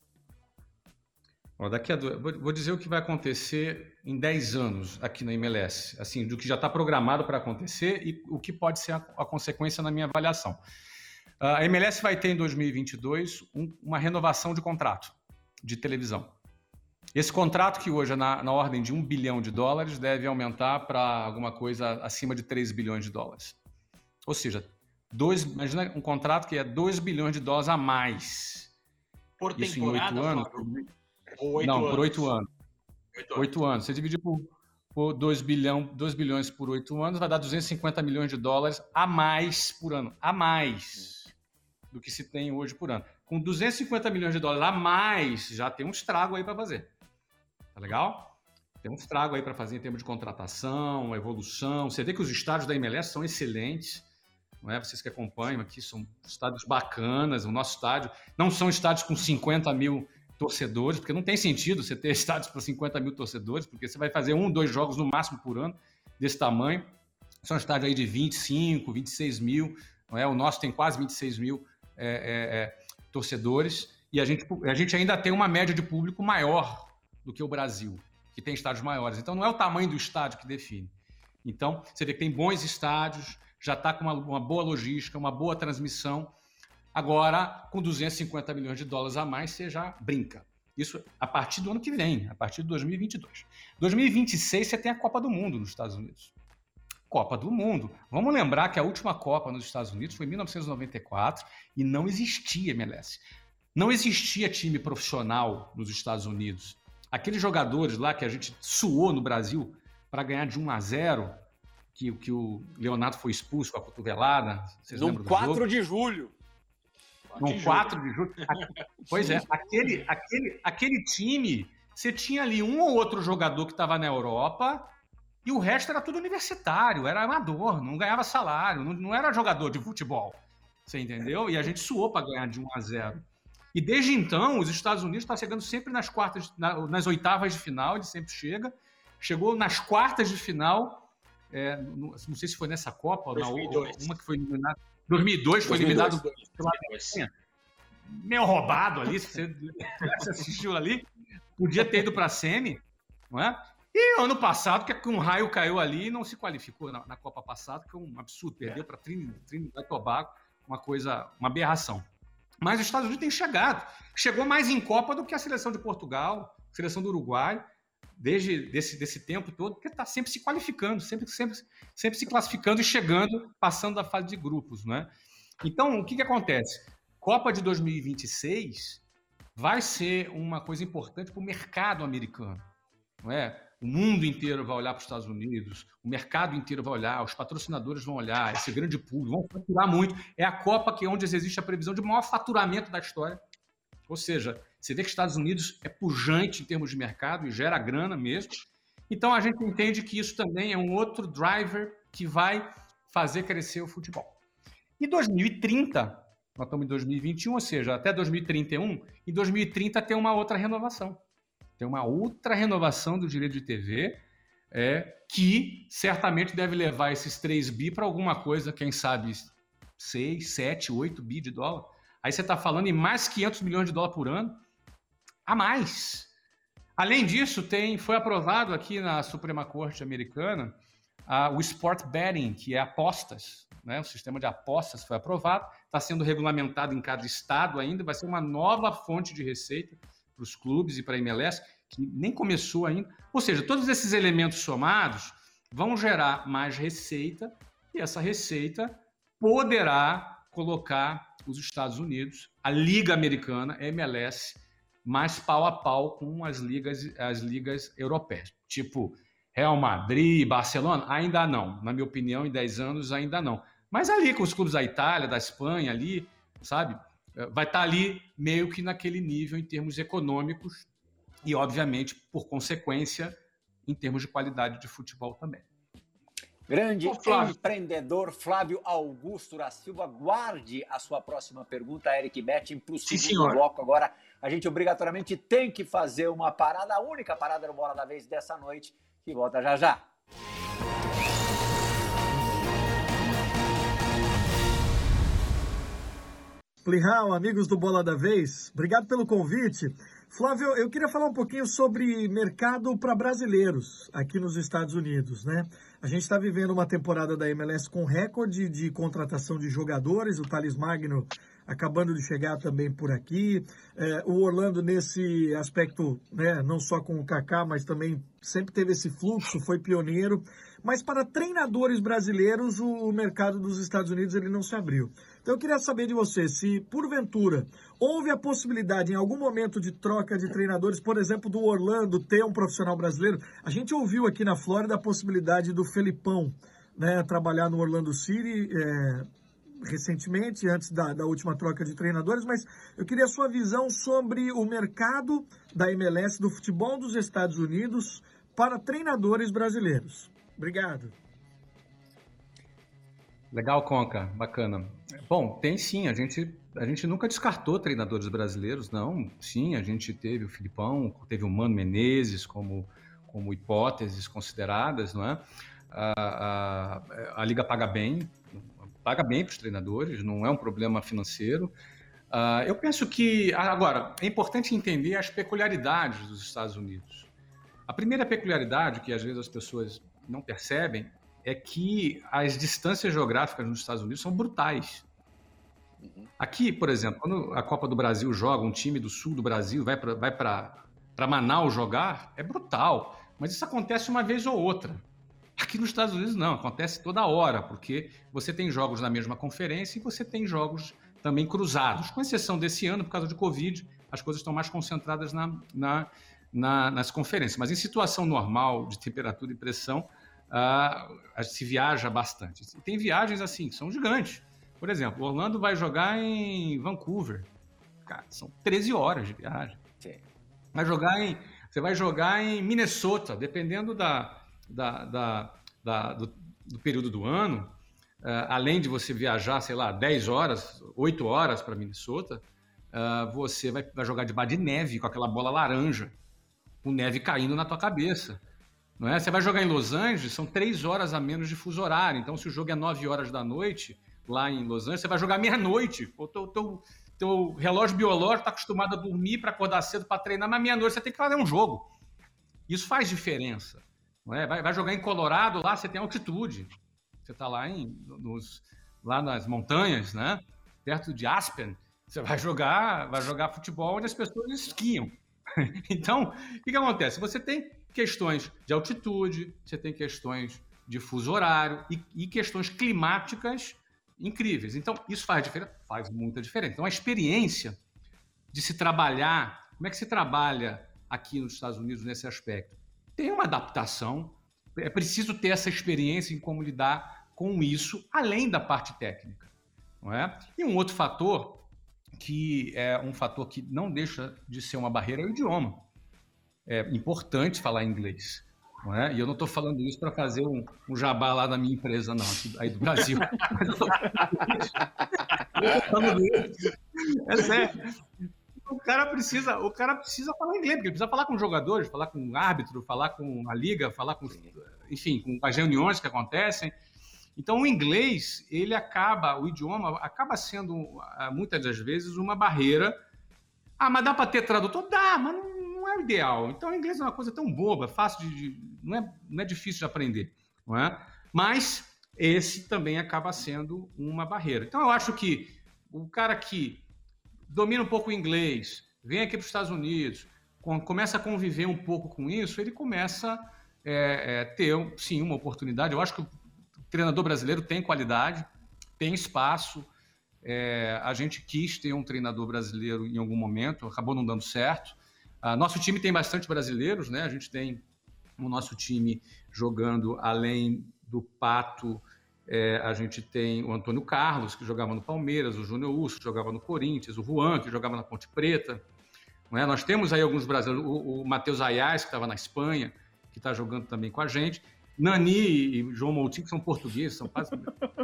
Vou dizer o que vai acontecer em 10 anos aqui na MLS, assim, do que já está programado para acontecer e o que pode ser a consequência na minha avaliação. A MLS vai ter em 2022 uma renovação de contrato de televisão. Esse contrato, que hoje é na ordem de $1 bilhão, deve aumentar para alguma coisa acima de $3 bilhões. Ou seja, imagina um contrato que é $2 bilhões a mais. Por temporada, isso em 8 anos? Por 8 anos. 8 anos. Você dividir por 2 bilhões por 8 anos, vai dar $250 milhões a mais por ano. A mais do que se tem hoje por ano. Com $250 milhões a mais, já tem um estrago aí para fazer. Tá legal? Tem um estrago aí para fazer em termos de contratação, evolução. Você vê que os estádios da MLS são excelentes. Não é? Vocês que acompanham aqui, são estádios bacanas. O nosso estádio não são estádios com 50 mil torcedores, porque não tem sentido você ter estádios para 50 mil torcedores, porque você vai fazer 1, 2 jogos no máximo por ano desse tamanho. São estádios aí de 25, 26 mil. Não é? O nosso tem quase 26 mil torcedores. E a gente ainda tem uma média de público maior do que o Brasil, que tem estádios maiores. Então, não é o tamanho do estádio que define. Então, você vê que tem bons estádios, já está com uma boa logística, uma boa transmissão. Agora, com $250 milhões a mais, você já brinca. Isso a partir do ano que vem, a partir de 2022. 2026, você tem a Copa do Mundo nos Estados Unidos. Copa do Mundo. Vamos lembrar que a última Copa nos Estados Unidos foi em 1994 e não existia MLS. Não existia time profissional nos Estados Unidos. Aqueles jogadores lá que a gente suou no Brasil para ganhar de 1-0, que o Leonardo foi expulso com a cotovelada. Vocês lembram do jogo? 4 de julho. No 4 de julho. Pois é, aquele time, você tinha ali um ou outro jogador que estava na Europa e o resto era tudo universitário, era amador, não ganhava salário, não era jogador de futebol. Você entendeu? E a gente suou para ganhar de 1-0. E desde então, os Estados Unidos estão chegando sempre nas oitavas de final, ele sempre chega. Chegou nas quartas de final, não sei se foi nessa Copa, 2002. Uma que foi eliminada. 2002 foi eliminado pela Alemanha. Meio roubado ali, se você assistiu ali, podia ter ido para a semi, não é? E ano passado, que um raio caiu ali e não se qualificou na Copa passada, que é um absurdo, perdeu para Trinidad e Tobago, uma aberração. Mas os Estados Unidos têm chegou mais em Copa do que a seleção de Portugal, a seleção do Uruguai, desde desse tempo todo, porque está sempre se qualificando, sempre se classificando e chegando, passando da fase de grupos, né? Então, o que acontece? Copa de 2026 vai ser uma coisa importante para o mercado americano, não é? O mundo inteiro vai olhar para os Estados Unidos, o mercado inteiro vai olhar, os patrocinadores vão olhar, esse grande público, vão faturar muito. É a Copa que é onde existe a previsão de maior faturamento da história. Ou seja, você vê que os Estados Unidos é pujante em termos de mercado e gera grana mesmo. Então, a gente entende que isso também é um outro driver que vai fazer crescer o futebol. E 2030, nós estamos em 2021, ou seja, até 2031, em 2030 tem uma outra renovação. Tem uma outra renovação do direito de TV que certamente deve levar esses 3 bi para alguma coisa, quem sabe 6, 7, 8 bi de dólar. Aí você está falando em mais 500 milhões de dólares por ano, a mais. Além disso, foi aprovado aqui na Suprema Corte Americana o Sport Betting, que é apostas, né? O sistema de apostas foi aprovado, está sendo regulamentado em cada estado ainda, vai ser uma nova fonte de receita para os clubes e para a MLS, que nem começou ainda. Ou seja, todos esses elementos somados vão gerar mais receita e essa receita poderá colocar os Estados Unidos, a Liga Americana, a MLS, mais pau a pau com as ligas europeias. Tipo Real Madrid, Barcelona, ainda não. Na minha opinião, em 10 anos, ainda não. Mas ali com os clubes da Itália, da Espanha, ali, sabe? Vai estar ali meio que naquele nível em termos econômicos e, obviamente, por consequência, em termos de qualidade de futebol também. Grande empreendedor Flávio Augusto da Silva, guarde a sua próxima pergunta, Eric Betting, para o segundo bloco. Agora, a gente obrigatoriamente tem que fazer uma parada, a única parada no Bola da Vez dessa noite, que volta já já. Plihal, amigos do Bola da Vez, obrigado pelo convite. Flávio, eu queria falar um pouquinho sobre mercado para brasileiros aqui nos Estados Unidos, né? A gente está vivendo uma temporada da MLS com recorde de contratação de jogadores, o Thales Magno acabando de chegar também por aqui. O Orlando, nesse aspecto, né, não só com o Kaká, mas também sempre teve esse fluxo, foi pioneiro. Mas para treinadores brasileiros, o mercado dos Estados Unidos ele não se abriu. Então eu queria saber de você, se porventura houve a possibilidade em algum momento de troca de treinadores, por exemplo, do Orlando ter um profissional brasileiro. A gente ouviu aqui na Flórida a possibilidade do Felipão, né, trabalhar no Orlando City recentemente, antes da última troca de treinadores, mas eu queria a sua visão sobre o mercado da MLS, do futebol dos Estados Unidos, para treinadores brasileiros. Obrigado. Legal, Conca, bacana. Bom, tem sim, a gente nunca descartou treinadores brasileiros, não. Sim, a gente teve o Filipão, teve o Mano Menezes como hipóteses consideradas, não é? A Liga paga bem para os treinadores, não é um problema financeiro. Eu penso que, agora, é importante entender as peculiaridades dos Estados Unidos. A primeira peculiaridade, que às vezes as pessoas não percebem, é que as distâncias geográficas nos Estados Unidos são brutais. Aqui, por exemplo, quando a Copa do Brasil joga, um time do sul do Brasil vai para Manaus jogar, é brutal. Mas isso acontece uma vez ou outra. Aqui nos Estados Unidos não, acontece toda hora, porque você tem jogos na mesma conferência e você tem jogos também cruzados. Com exceção desse ano, por causa de Covid, as coisas estão mais concentradas nas conferências. Mas em situação normal, de temperatura e pressão, se viaja bastante. E tem viagens assim, que são gigantes. Por exemplo, Orlando vai jogar em Vancouver. Cara, são 13 horas de viagem. Sim. Você vai jogar em Minnesota, dependendo do período do ano. Além de você viajar, sei lá, 10 horas, 8 horas para Minnesota, você vai jogar debaixo de neve, com aquela bola laranja, com neve caindo na tua cabeça. Não é? Você vai jogar em Los Angeles, são 3 horas a menos de fuso horário. Então, se o jogo é 9 horas da noite, lá em Los Angeles, você vai jogar meia-noite. O teu relógio biológico está acostumado a dormir para acordar cedo para treinar, mas meia-noite você tem que fazer um jogo. Isso faz diferença. Não é? Vai jogar em Colorado, lá você tem altitude. Você está lá nas montanhas, né? Perto de Aspen. Você vai jogar futebol onde as pessoas esquiam. Então, o que acontece? Você tem questões de altitude, você tem questões de fuso horário e questões climáticas incríveis. Então, isso faz diferença? Faz muita diferença. Então, a experiência de se trabalhar, como é que se trabalha aqui nos Estados Unidos nesse aspecto? Tem uma adaptação, é preciso ter essa experiência em como lidar com isso, além da parte técnica. Não é? E um outro fator, que é um fator que não deixa de ser uma barreira, é o idioma. É importante falar inglês. Não é? E eu não estou falando isso para fazer um jabá lá da minha empresa, não, aqui, aí do Brasil. É sério. O cara precisa falar inglês, porque ele precisa falar com os jogadores, falar com o árbitro, falar com a liga, falar com, enfim, com as reuniões que acontecem. Então, o inglês, o idioma acaba sendo, muitas das vezes, uma barreira. Mas dá para ter tradutor? Dá, mas não é o ideal. Então, o inglês é uma coisa tão boba, fácil não é difícil de aprender, não é? Mas esse também acaba sendo uma barreira. Então, eu acho que o cara que domina um pouco o inglês, vem aqui para os Estados Unidos, começa a conviver um pouco com isso, ele começa a ter, sim, uma oportunidade. Eu acho que o treinador brasileiro tem qualidade, tem espaço. A gente quis ter um treinador brasileiro em algum momento, acabou não dando certo. Nosso time tem bastante brasileiros, né? A gente tem o nosso time jogando além do Pato. A gente tem o Antônio Carlos, que jogava no Palmeiras, o Júnior Urso, que jogava no Corinthians, o Juan, que jogava na Ponte Preta. Não é? Nós temos aí alguns brasileiros, o Matheus Ayaz, que estava na Espanha, que está jogando também com a gente. Nani e João Moutinho, que são portugueses, são quase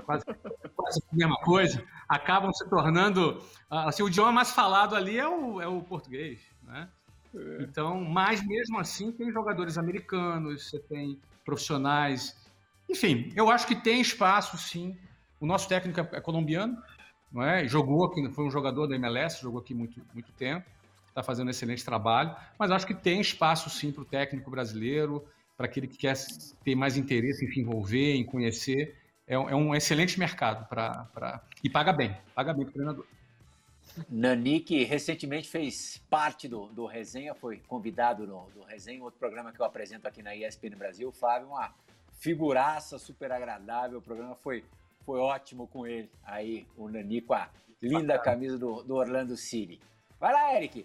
a mesma coisa, acabam se tornando... Assim, o idioma mais falado ali é o português, né? Então, mas mesmo assim, tem jogadores americanos, você tem profissionais... Enfim, eu acho que tem espaço, sim. O nosso técnico é colombiano, não é? Jogou aqui, foi um jogador da MLS, jogou aqui muito tempo, está fazendo um excelente trabalho, mas acho que tem espaço, sim, para o técnico brasileiro, para aquele que quer ter mais interesse em se envolver, em conhecer. É um excelente mercado e paga bem para o treinador. Nani, que recentemente fez parte do Resenha, foi convidado do Resenha, outro programa que eu apresento aqui na ESPN Brasil. Flávio, uma figuraça, super agradável, o programa foi ótimo com ele. Aí o Nani com a linda camisa do Orlando City. Vai lá, Eric.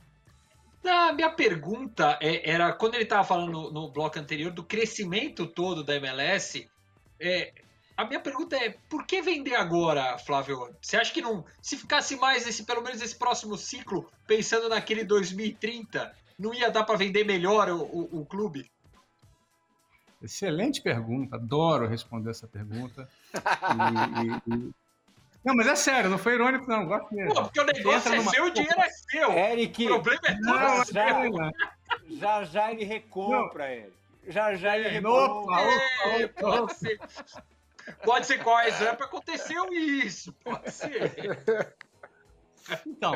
A minha pergunta era, quando ele estava falando no bloco anterior do crescimento todo da MLS, a minha pergunta é, por que vender agora, Flávio? Você acha que se ficasse mais, pelo menos esse próximo ciclo, pensando naquele 2030, não ia dar para vender melhor o clube? Excelente pergunta, adoro responder essa pergunta. Não, mas é sério, não foi irônico, não. Gosto mesmo. Pô, porque o negócio é seu, o dinheiro é seu. Eric, o problema é todo já ele recompra, Eric. Já ele recompra. Pode ser qual exemplo aconteceu isso. Pode ser. Então,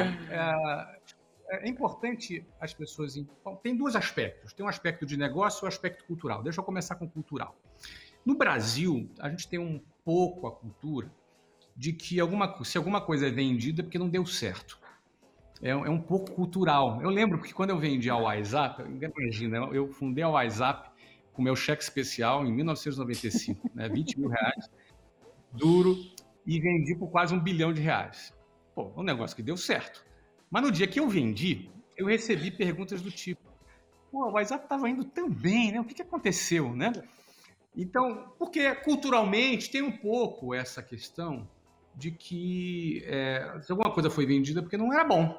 é importante as pessoas... Tem dois aspectos. Tem um aspecto de negócio e um aspecto cultural. Deixa eu começar com o cultural. No Brasil, a gente tem um pouco a cultura de que se alguma coisa é vendida é porque não deu certo. É um pouco cultural. Eu lembro que quando eu vendi a WhatsApp, imagina, eu fundei a WhatsApp com meu cheque especial em 1995, né, 20 mil reais, duro, e vendi por quase R$1 bilhão. Pô, um negócio que deu certo. Mas no dia que eu vendi, eu recebi perguntas do tipo, pô, a WhatsApp estava indo tão bem, né? O que aconteceu, né? Então, porque culturalmente tem um pouco essa questão de que se alguma coisa foi vendida é porque não era bom.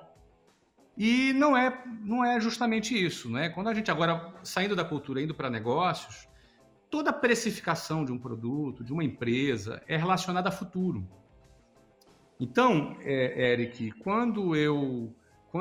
E não é justamente isso, né? Quando a gente agora, saindo da cultura, indo para negócios, toda a precificação de um produto, de uma empresa, é relacionada a futuro. Então, Eric, quando eu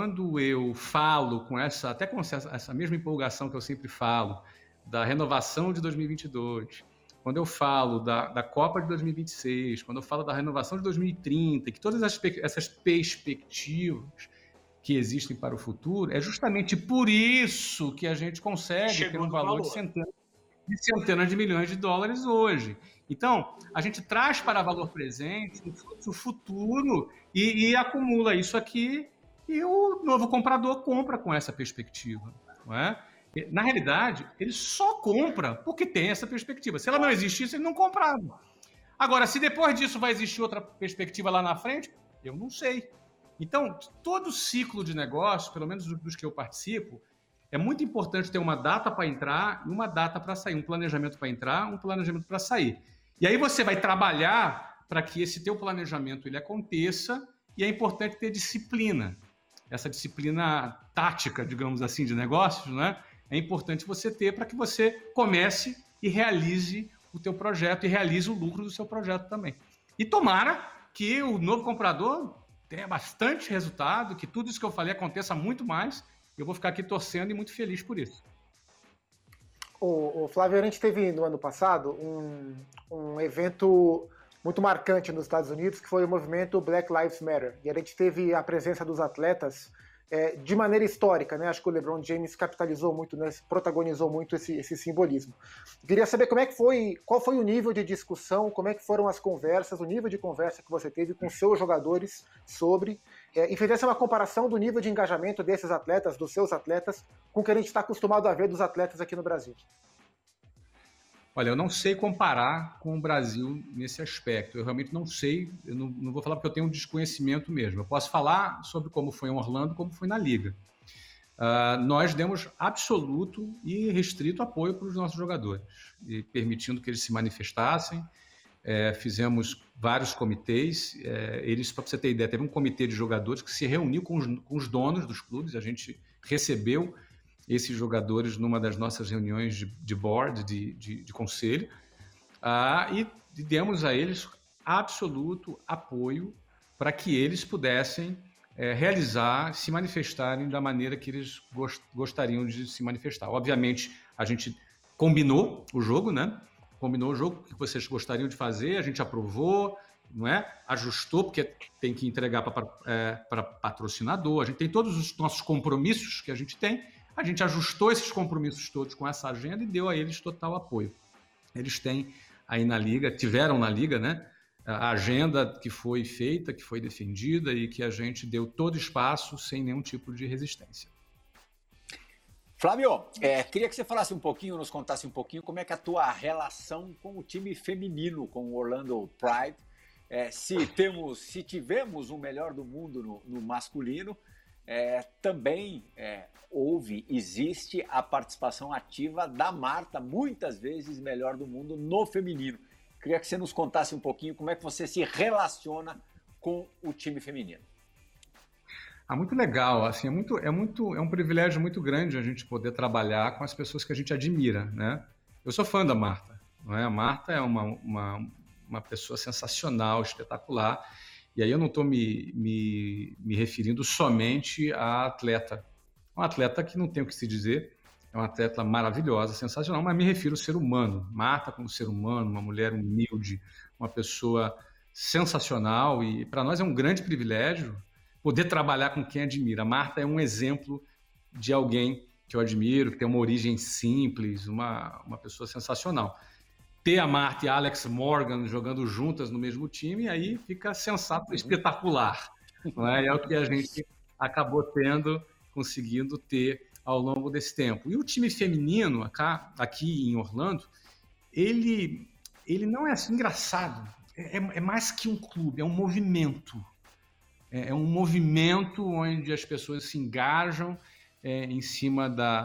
falo até com essa mesma empolgação que eu sempre falo, da renovação de 2022, quando eu falo da Copa de 2026, quando eu falo da renovação de 2030, que todas essas perspectivas que existem para o futuro, é justamente por isso que a gente consegue ter um valor de centenas de milhões de dólares hoje. Então, a gente traz para valor presente o futuro e acumula isso aqui e o novo comprador compra com essa perspectiva, não é? Na realidade, ele só compra porque tem essa perspectiva. Se ela não existisse, ele não comprava. Agora, se depois disso vai existir outra perspectiva lá na frente, eu não sei. Então, todo ciclo de negócio, pelo menos dos que eu participo, é muito importante ter uma data para entrar e uma data para sair, um planejamento para entrar, um planejamento para sair. E aí você vai trabalhar para que esse teu planejamento ele aconteça, e é importante ter disciplina. Essa disciplina tática, digamos assim, de negócios, né? É importante você ter para que você comece e realize o teu projeto e realize o lucro do seu projeto também. E tomara que o novo comprador tenha bastante resultado, que tudo isso que eu falei aconteça muito mais. Eu vou ficar aqui torcendo e muito feliz por isso. O Flávio, a gente teve no ano passado um evento muito marcante nos Estados Unidos, que foi o movimento Black Lives Matter. E a gente teve a presença dos atletas de maneira histórica, né? Acho que o LeBron James capitalizou muito, né? Protagonizou muito esse simbolismo. Queria saber qual foi o nível de discussão, como é que foram as conversas, o nível de conversa que você teve com seus jogadores sobre, e fizesse uma comparação do nível de engajamento desses atletas, dos seus atletas, com o que a gente está acostumado a ver dos atletas aqui no Brasil. Olha, eu não sei comparar com o Brasil nesse aspecto. Eu realmente não sei, eu não vou falar porque eu tenho um desconhecimento mesmo. Eu posso falar sobre como foi em Orlando, como foi na Liga. Nós demos absoluto e restrito apoio para os nossos jogadores, e permitindo que eles se manifestassem. Fizemos vários comitês. Para você ter ideia, teve um comitê de jogadores que se reuniu com os donos dos clubes. A gente recebeu esses jogadores numa das nossas reuniões de board, de conselho, e demos a eles absoluto apoio para que eles pudessem realizar, se manifestarem da maneira que eles gostariam de se manifestar. Obviamente, a gente combinou o jogo, né? Combinou o jogo que vocês gostariam de fazer, a gente aprovou, não é? Ajustou, porque tem que entregar para patrocinador, a gente tem todos os nossos compromissos que a gente tem. A gente ajustou esses compromissos todos com essa agenda e deu a eles total apoio. Eles têm aí na Liga, tiveram na Liga, né, a agenda que foi feita, que foi defendida e que a gente deu todo espaço sem nenhum tipo de resistência. Flávio, queria que você falasse um pouquinho, nos contasse um pouquinho como é que é a tua relação com o time feminino, com o Orlando Pride. Se tivemos o melhor do mundo no masculino, também existe a participação ativa da Marta, muitas vezes melhor do mundo no feminino. Queria que você nos contasse um pouquinho como é que você se relaciona com o time feminino. Muito legal, assim, é um privilégio muito grande a gente poder trabalhar com as pessoas que a gente admira, né? Eu sou fã da Marta, não é? A Marta é uma pessoa sensacional, espetacular. E aí eu não estou me referindo somente à atleta. Uma atleta que não tem o que se dizer, é uma atleta maravilhosa, sensacional, mas me refiro ao ser humano. Marta como ser humano, uma mulher humilde, uma pessoa sensacional, e para nós é um grande privilégio poder trabalhar com quem admira. A Marta é um exemplo de alguém que eu admiro, que tem uma origem simples, uma pessoa sensacional. Ter a Marta e a Alex Morgan jogando juntas no mesmo time, aí fica sensato, espetacular. Não é? É o que a gente acabou conseguindo ter ao longo desse tempo. E o time feminino, aqui em Orlando, ele não é assim engraçado. É mais que um clube, é um movimento. É um movimento onde as pessoas se engajam em cima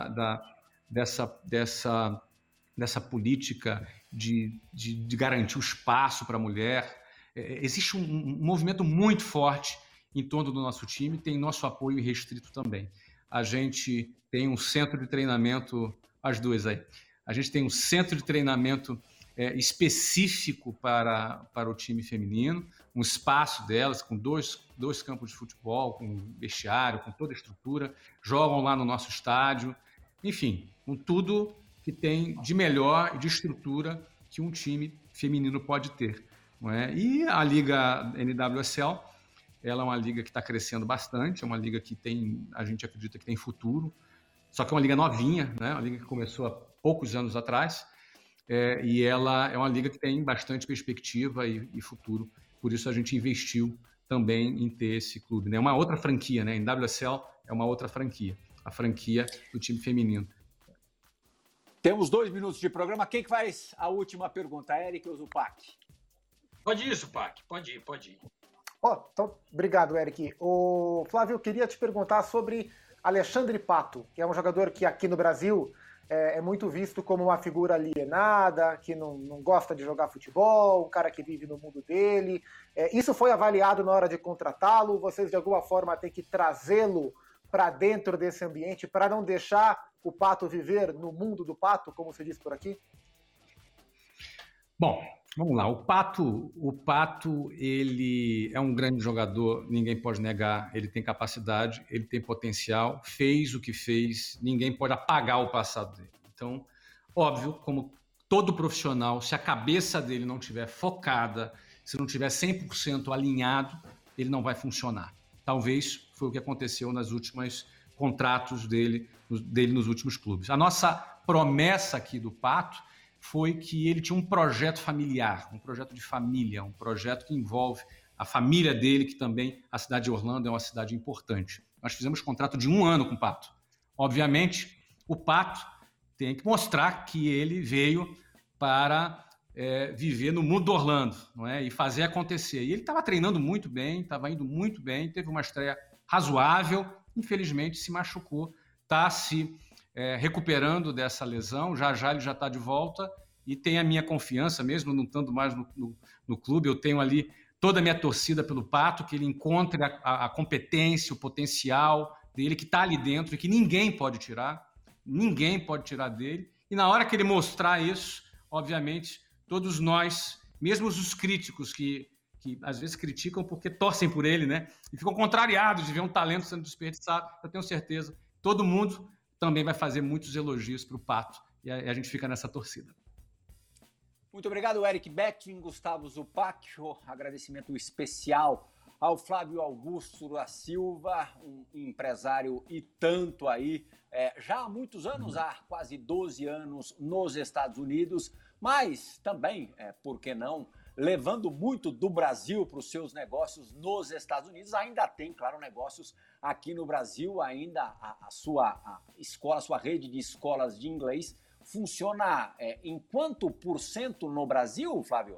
dessa política de garantir o espaço para a mulher. Existe um movimento muito forte em torno do nosso time, tem nosso apoio irrestrito também. A gente tem um centro de treinamento, as duas aí, a gente tem um centro de treinamento específico para o time feminino, um espaço delas com dois campos de futebol, com vestiário, com toda a estrutura, jogam lá no nosso estádio, enfim, com tudo que tem de melhor e de estrutura que um time feminino pode ter. Não é? E a Liga NWSL, ela é uma liga que está crescendo bastante, é uma liga que a gente acredita que tem futuro, só que é uma liga novinha, né? Uma liga que começou há poucos anos atrás, e ela é uma liga que tem bastante perspectiva e futuro, por isso a gente investiu também em ter esse clube. Né? Uma outra franquia, né? NWSL é uma outra franquia, a franquia do time feminino. Temos 2 minutos de programa. Quem que faz a última pergunta? Eric ou Zupac? Pode ir isso, Pac. Pode ir. Então, obrigado, Eric. Flávio, eu queria te perguntar sobre Alexandre Pato, que é um jogador que aqui no Brasil é muito visto como uma figura alienada, que não gosta de jogar futebol, um cara que vive no mundo dele. Isso foi avaliado na hora de contratá-lo? Vocês, de alguma forma, têm que trazê-lo para dentro desse ambiente para não deixar o Pato viver no mundo do Pato, como se diz por aqui? Bom, vamos lá. O Pato, ele é um grande jogador, ninguém pode negar. Ele tem capacidade, ele tem potencial, fez o que fez, ninguém pode apagar o passado dele. Então, óbvio, como todo profissional, se a cabeça dele não estiver focada, se não estiver 100% alinhado, ele não vai funcionar. Talvez foi o que aconteceu nos últimos contratos dele nos últimos clubes. A nossa promessa aqui do Pato foi que ele tinha um projeto familiar, um projeto de família, um projeto que envolve a família dele, que também a cidade de Orlando é uma cidade importante. Nós fizemos contrato de 1 ano com o Pato. Obviamente, o Pato tem que mostrar que ele veio para viver no mundo do Orlando, não é? E fazer acontecer. E ele estava treinando muito bem, estava indo muito bem, teve uma estreia razoável, infelizmente se machucou, está se recuperando dessa lesão, já ele já está de volta e tem a minha confiança, mesmo não estando mais no clube, eu tenho ali toda a minha torcida pelo Pato, que ele encontre a competência, o potencial dele, que está ali dentro e que ninguém pode tirar dele, e na hora que ele mostrar isso, obviamente, todos nós, mesmo os críticos que às vezes criticam porque torcem por ele, né, e ficam contrariados de ver um talento sendo desperdiçado, eu tenho certeza, todo mundo também vai fazer muitos elogios para o Pato e a gente fica nessa torcida. Muito obrigado, Eric Betting, Gustavo Zupacchio. Agradecimento especial ao Flávio Augusto da Silva, um empresário e tanto aí, já há muitos anos, há quase 12 anos nos Estados Unidos, mas também, por que não, levando muito do Brasil para os seus negócios nos Estados Unidos. Ainda tem, claro, negócios aqui no Brasil, ainda a sua escola, a sua rede de escolas de inglês funciona em quanto por cento no Brasil, Flávio?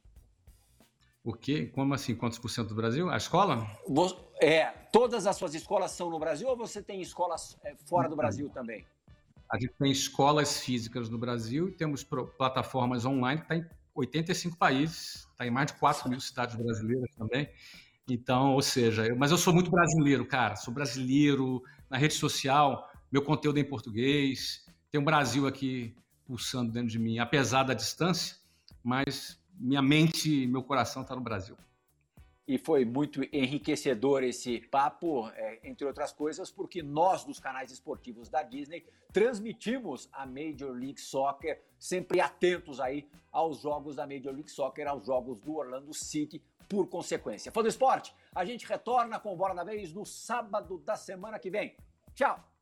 O quê? Como assim, quantos por cento do Brasil? A escola? Todas as suas escolas são no Brasil ou você tem escolas fora do Brasil também? A gente tem escolas físicas no Brasil e temos plataformas online que está em 85 países, está em mais de 4 mil cidades brasileiras também. Então, ou seja, mas eu sou muito brasileiro, cara. Sou brasileiro na rede social, meu conteúdo é em português, tem um Brasil aqui pulsando dentro de mim, apesar da distância, mas minha mente e meu coração estão no Brasil. E foi muito enriquecedor esse papo, entre outras coisas, porque nós, dos canais esportivos da Disney, transmitimos a Major League Soccer, sempre atentos aí aos jogos da Major League Soccer, aos jogos do Orlando City, por consequência. Fã do Esporte, a gente retorna com Bola da Vez no sábado da semana que vem. Tchau!